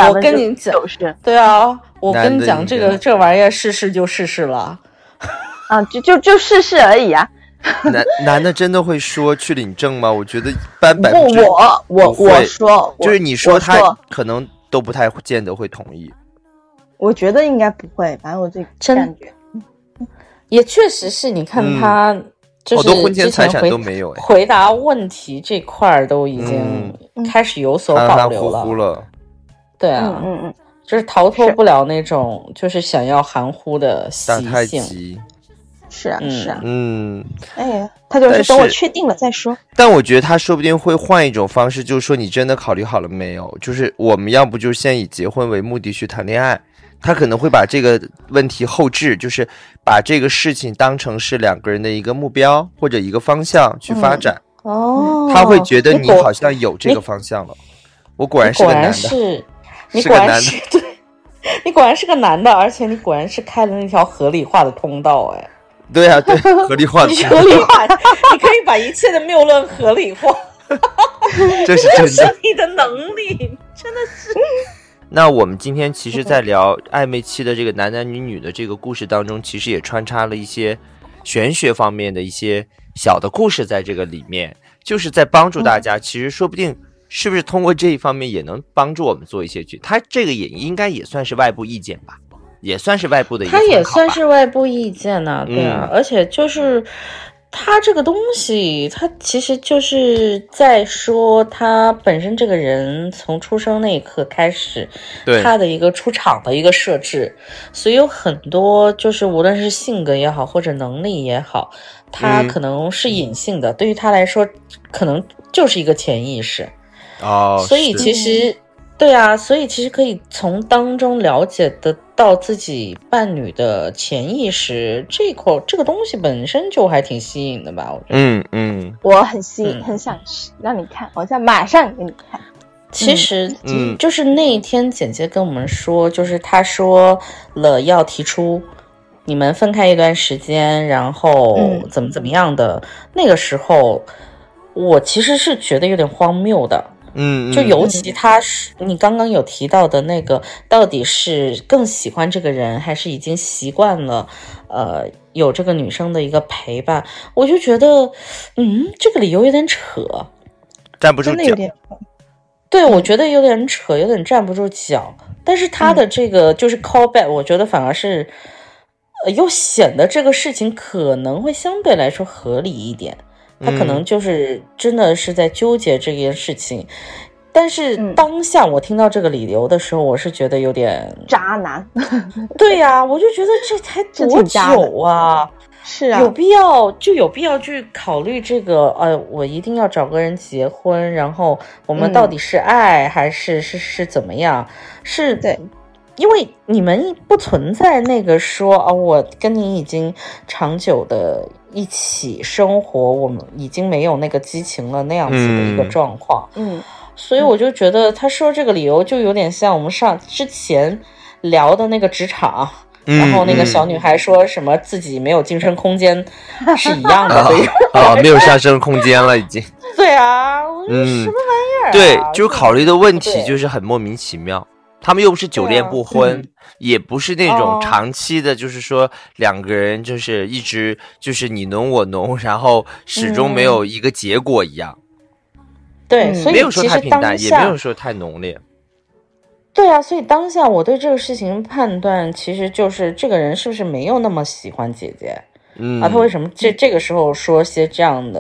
90% 对啊，我跟你讲这玩意儿试就试了啊，就试而已啊。 男的真的会说去领证吗？我觉得一般我说就是你说他可能都不太见得会同意。 我觉得应该不会，反正我自己感觉也确实是。你看他就是好多婚前财产都没有， 回答问题这块都已经开始有所保留了。 对啊，就是逃脱不了那种就是想要含糊的习性。 是啊， 哎， 他就是等我确定了再说。 但我觉得他说不定会换一种方式，就是说你真的考虑好了没有？就是我们要不就先以结婚为目的去谈恋爱。他可能会把这个问题后置，就是把这个事情当成是两个人的一个目标或者一个方向去发展。他会觉得你好像有这个方向了。我果然是个男的， 你果然是对，你果然是个男的，而且你果然是开了那条合理化的通道。 对啊，对，合理化的通道， 合理化，你可以把一切的谬论合理化。 这是真的， 这是你的能力，真的是。 那我们今天其实在聊暧昧期的这个男男女女的这个故事当中，其实也穿插了一些玄学方面的一些小的故事在这个里面，就是在帮助大家。其实说不定是不是通过这一方面也能帮助我们做一些决定，他这个也应该也算是外部意见吧，也算是外部的一个参考吧。 他也算是外部意见啊，对啊，而且就是他这个东西，他其实就是在说他本身这个人从出生那一刻开始，他的一个出场的一个设置，所以有很多就是无论是性格也好或者能力也好，他可能是隐性的，对于他来说可能就是一个潜意识。所以其实对啊，所以其实可以从当中了解得到自己伴侣的潜意识，这个东西本身就还挺吸引的吧，我觉得。 我很吸引，很想让你看，我现在马上给你看。 其实就是那一天简姐跟我们说，就是她说了要提出你们分开一段时间，然后怎么样的，那个时候我其实是觉得有点荒谬的。就尤其你刚刚有提到的那个，到底是更喜欢这个人，还是已经习惯了有这个女生的一个陪伴，我就觉得这个理由有点扯， 站不住脚。 对，我觉得有点扯，有点站不住脚。但是他的这个就是 callback，我觉得反而是又显得这个事情可能会相对来说合理一点。他可能就是真的是在纠结这件事情，但是当下我听到这个理由的时候，我是觉得有点渣男。 对呀，我就觉得这才多久啊？ 是啊， 有必要去考虑这个？我一定要找个人结婚，然后我们到底是爱还是怎么样？是对。 因为你们不存在那个说我跟你已经长久的一起生活，我们已经没有那个激情了那样子的一个状况。所以我就觉得他说这个理由就有点像我们之前聊的那个职场，然后那个小女孩说什么自己没有精神空间是一样的。 没有上升空间了已经。 对啊，什么玩意儿对，就是考虑的问题就是很莫名其妙。他们又不是久恋不婚，也不是那种长期的，就是说两个人就是一直就是你侬我侬，然后始终没有一个结果一样。 对，所以没有说太平淡，也没有说太浓烈。 对啊，所以当下我对这个事情判断，其实就是这个人是不是没有那么喜欢姐姐他为什么这个时候说些这样的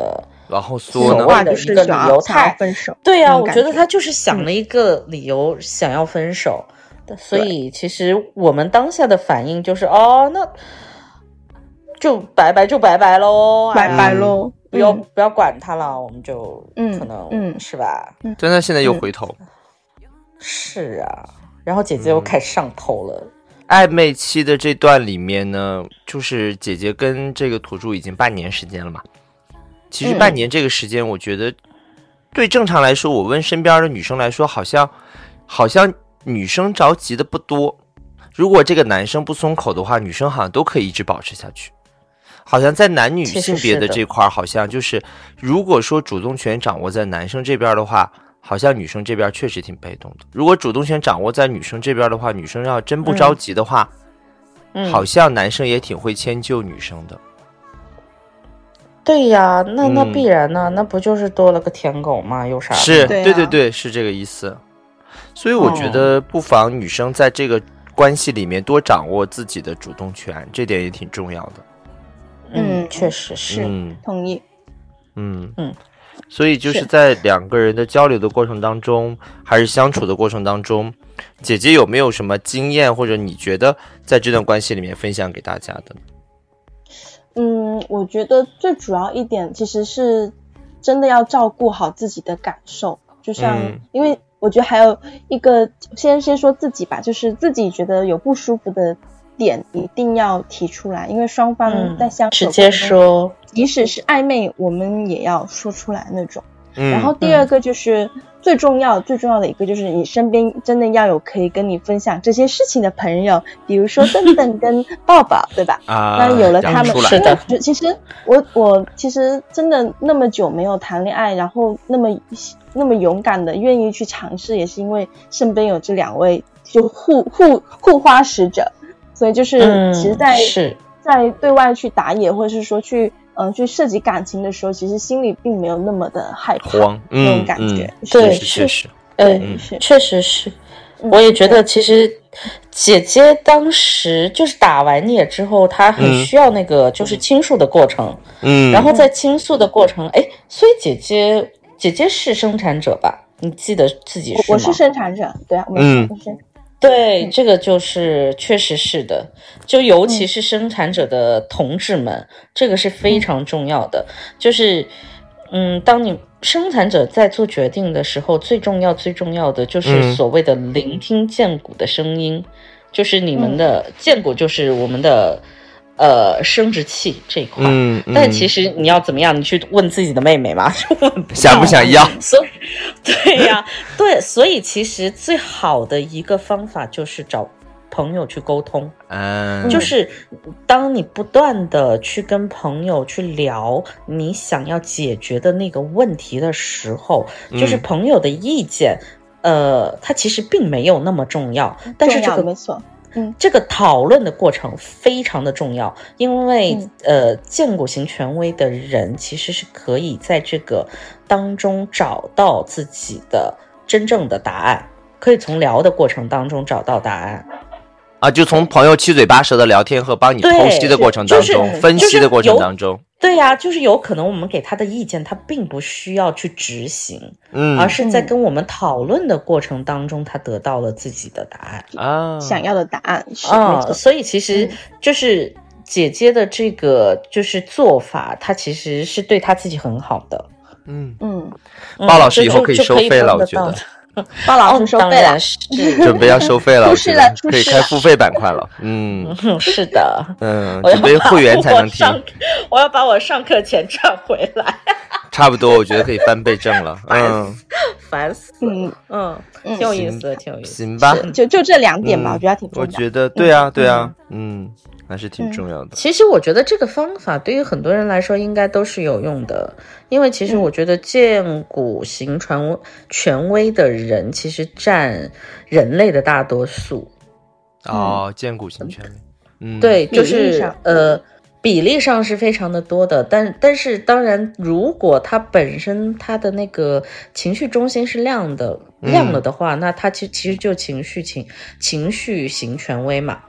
然后说呢，所谓的一个理由太分手。 对啊，我觉得他就是想了一个理由想要分手，所以其实我们当下的反应就是那就拜拜就拜拜咯， 拜拜咯， 不要管他了，我们就可能是吧？ 真的现在又回头。 是啊，然后姐姐又开始上头了。 暧昧期的这段里面呢，就是姐姐跟这个土著已经半年时间了嘛。其实半年这个时间，我觉得对正常来说，我问身边的女生来说，好像女生着急的不多。如果这个男生不松口的话，女生好像都可以一直保持下去。好像在男女性别的这块，好像就是如果说主动权掌握在男生这边的话，好像女生这边确实挺被动的。如果主动权掌握在女生这边的话，女生要真不着急的话，好像男生也挺会迁就女生的。 对呀，那必然呢，那不就是多了个舔狗吗？有啥？ 是，对，是这个意思。所以我觉得不妨女生在这个关系里面多掌握自己的主动权，这点也挺重要的。 确实是， 同意。 所以就是在两个人的交流的过程当中，还是相处的过程当中，姐姐有没有什么经验，或者你觉得在这段关系里面分享给大家的呢？ 我觉得最主要一点其实是真的要照顾好自己的感受，就像因为我觉得还有一个先说自己吧，就是自己觉得有不舒服的点一定要提出来，因为双方在相处直接说， 即使是暧昧我们也要说出来那种。然后第二个就是最重要的一个，就是你身边真的要有可以跟你分享这些事情的朋友，比如说邓邓跟抱抱，对吧？那有了他们， 是的。 其实我其实真的那么久没有谈恋爱，然后那么勇敢的愿意去尝试，也是因为身边有这两位就护花使者，所以就是其实在对外去打野，或者是说去涉及感情的时候，其实心里并没有那么的害怕那种感觉。 对， 确实， 确实是。我也觉得，其实姐姐当时就是打完野之后，她很需要那个就是倾诉的过程。然后在倾诉的过程，所以姐姐是生产者吧？你记得自己是吗？ 我是生产者，对啊，我是。 对，这个就是确实是的，就尤其是生产者的同志们，这个是非常重要的。就是当你生产者在做决定的时候，最重要的就是所谓的聆听剑骨的声音，就是你们的剑骨就是我们的生殖器这一块。但其实你要怎么样，你去问自己的妹妹嘛， 想不想要？ 对呀，对，所以其实最好的一个方法就是找朋友去沟通。就是当你不断的去跟朋友去聊你想要解决的那个问题的时候，就是朋友的意见它其实并没有那么重要，但是没错。 这个讨论的过程非常的重要，因为剑骨型权威的人其实是可以在这个当中找到自己的真正的答案，可以从聊的过程当中找到答案啊，就从朋友七嘴八舌的聊天和帮你剖析的过程当中，分析的过程当中。 对呀，就是有可能我们给他的意见他并不需要去执行，而是在跟我们讨论的过程当中他得到了自己的答案想要的答案所以其实就是姐姐的这个就是做法，她其实是对她自己很好的。 鲍老师以后可以收费了，我觉得。 鲍老师收费了， 准备要收费了，可以开付费板块了。 是的， 准备会员才能听。 我要把我上课钱赚回来。 差不多，我觉得可以翻倍挣了。 烦死。挺有意思的，挺有意思。 行吧， 就这两点吧，我觉得挺重要。 我觉得对啊，还是挺重要的。 其实我觉得这个方法对于很多人来说应该都是有用的，因为其实我觉得剑骨型权威的人其实占人类的大多数。 剑骨型权威， 对，就是比例上是非常的多的，但是当然，如果他本身他的那个情绪中心是亮了的话，那他其实就情绪型权威嘛。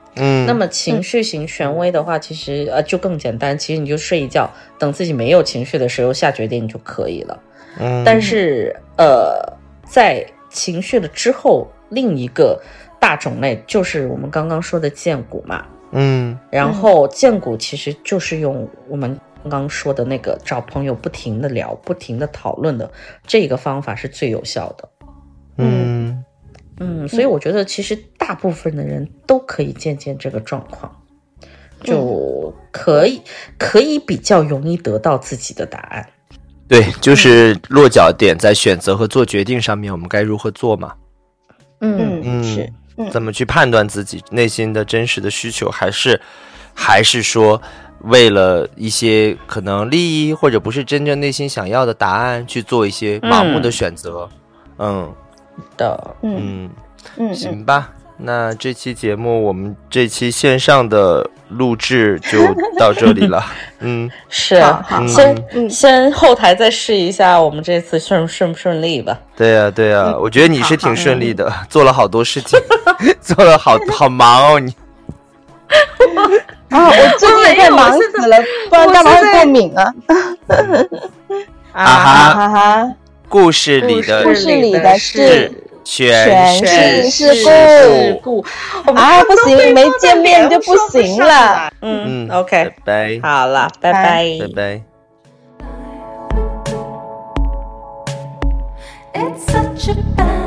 那么情绪型权威的话，其实就更简单，其实你就睡一觉，等自己没有情绪的时候下决定就可以了。但是在情绪了之后，另一个大种类就是我们刚刚说的荐股嘛。然后荐股其实就是用我们刚刚说的那个找朋友不停的聊，不停的讨论的这个方法是最有效的。所以我觉得其实大部分的人都可以渐渐这个状况，就可以比较容易得到自己的答案。 对，就是落脚点在选择和做决定上面，我们该如何做嘛？ 是。 怎么去判断自己内心的真实的需求，还是说为了一些可能利益或者不是真正内心想要的答案去做一些盲目的选择？行吧。那这期节目，我们这期线上的录制就到这里了。 是先后台再试一下，我们这次顺不顺利吧？ 对呀，我觉得你是挺顺利的，做了好多事情，做了好忙哦你。 我最近也快忙死了，不然干嘛会过敏啊？ 故事里的事。全是事故不行，没见面就不行了。 OK， 拜拜。 好了，拜拜， 拜拜。 It's such a bad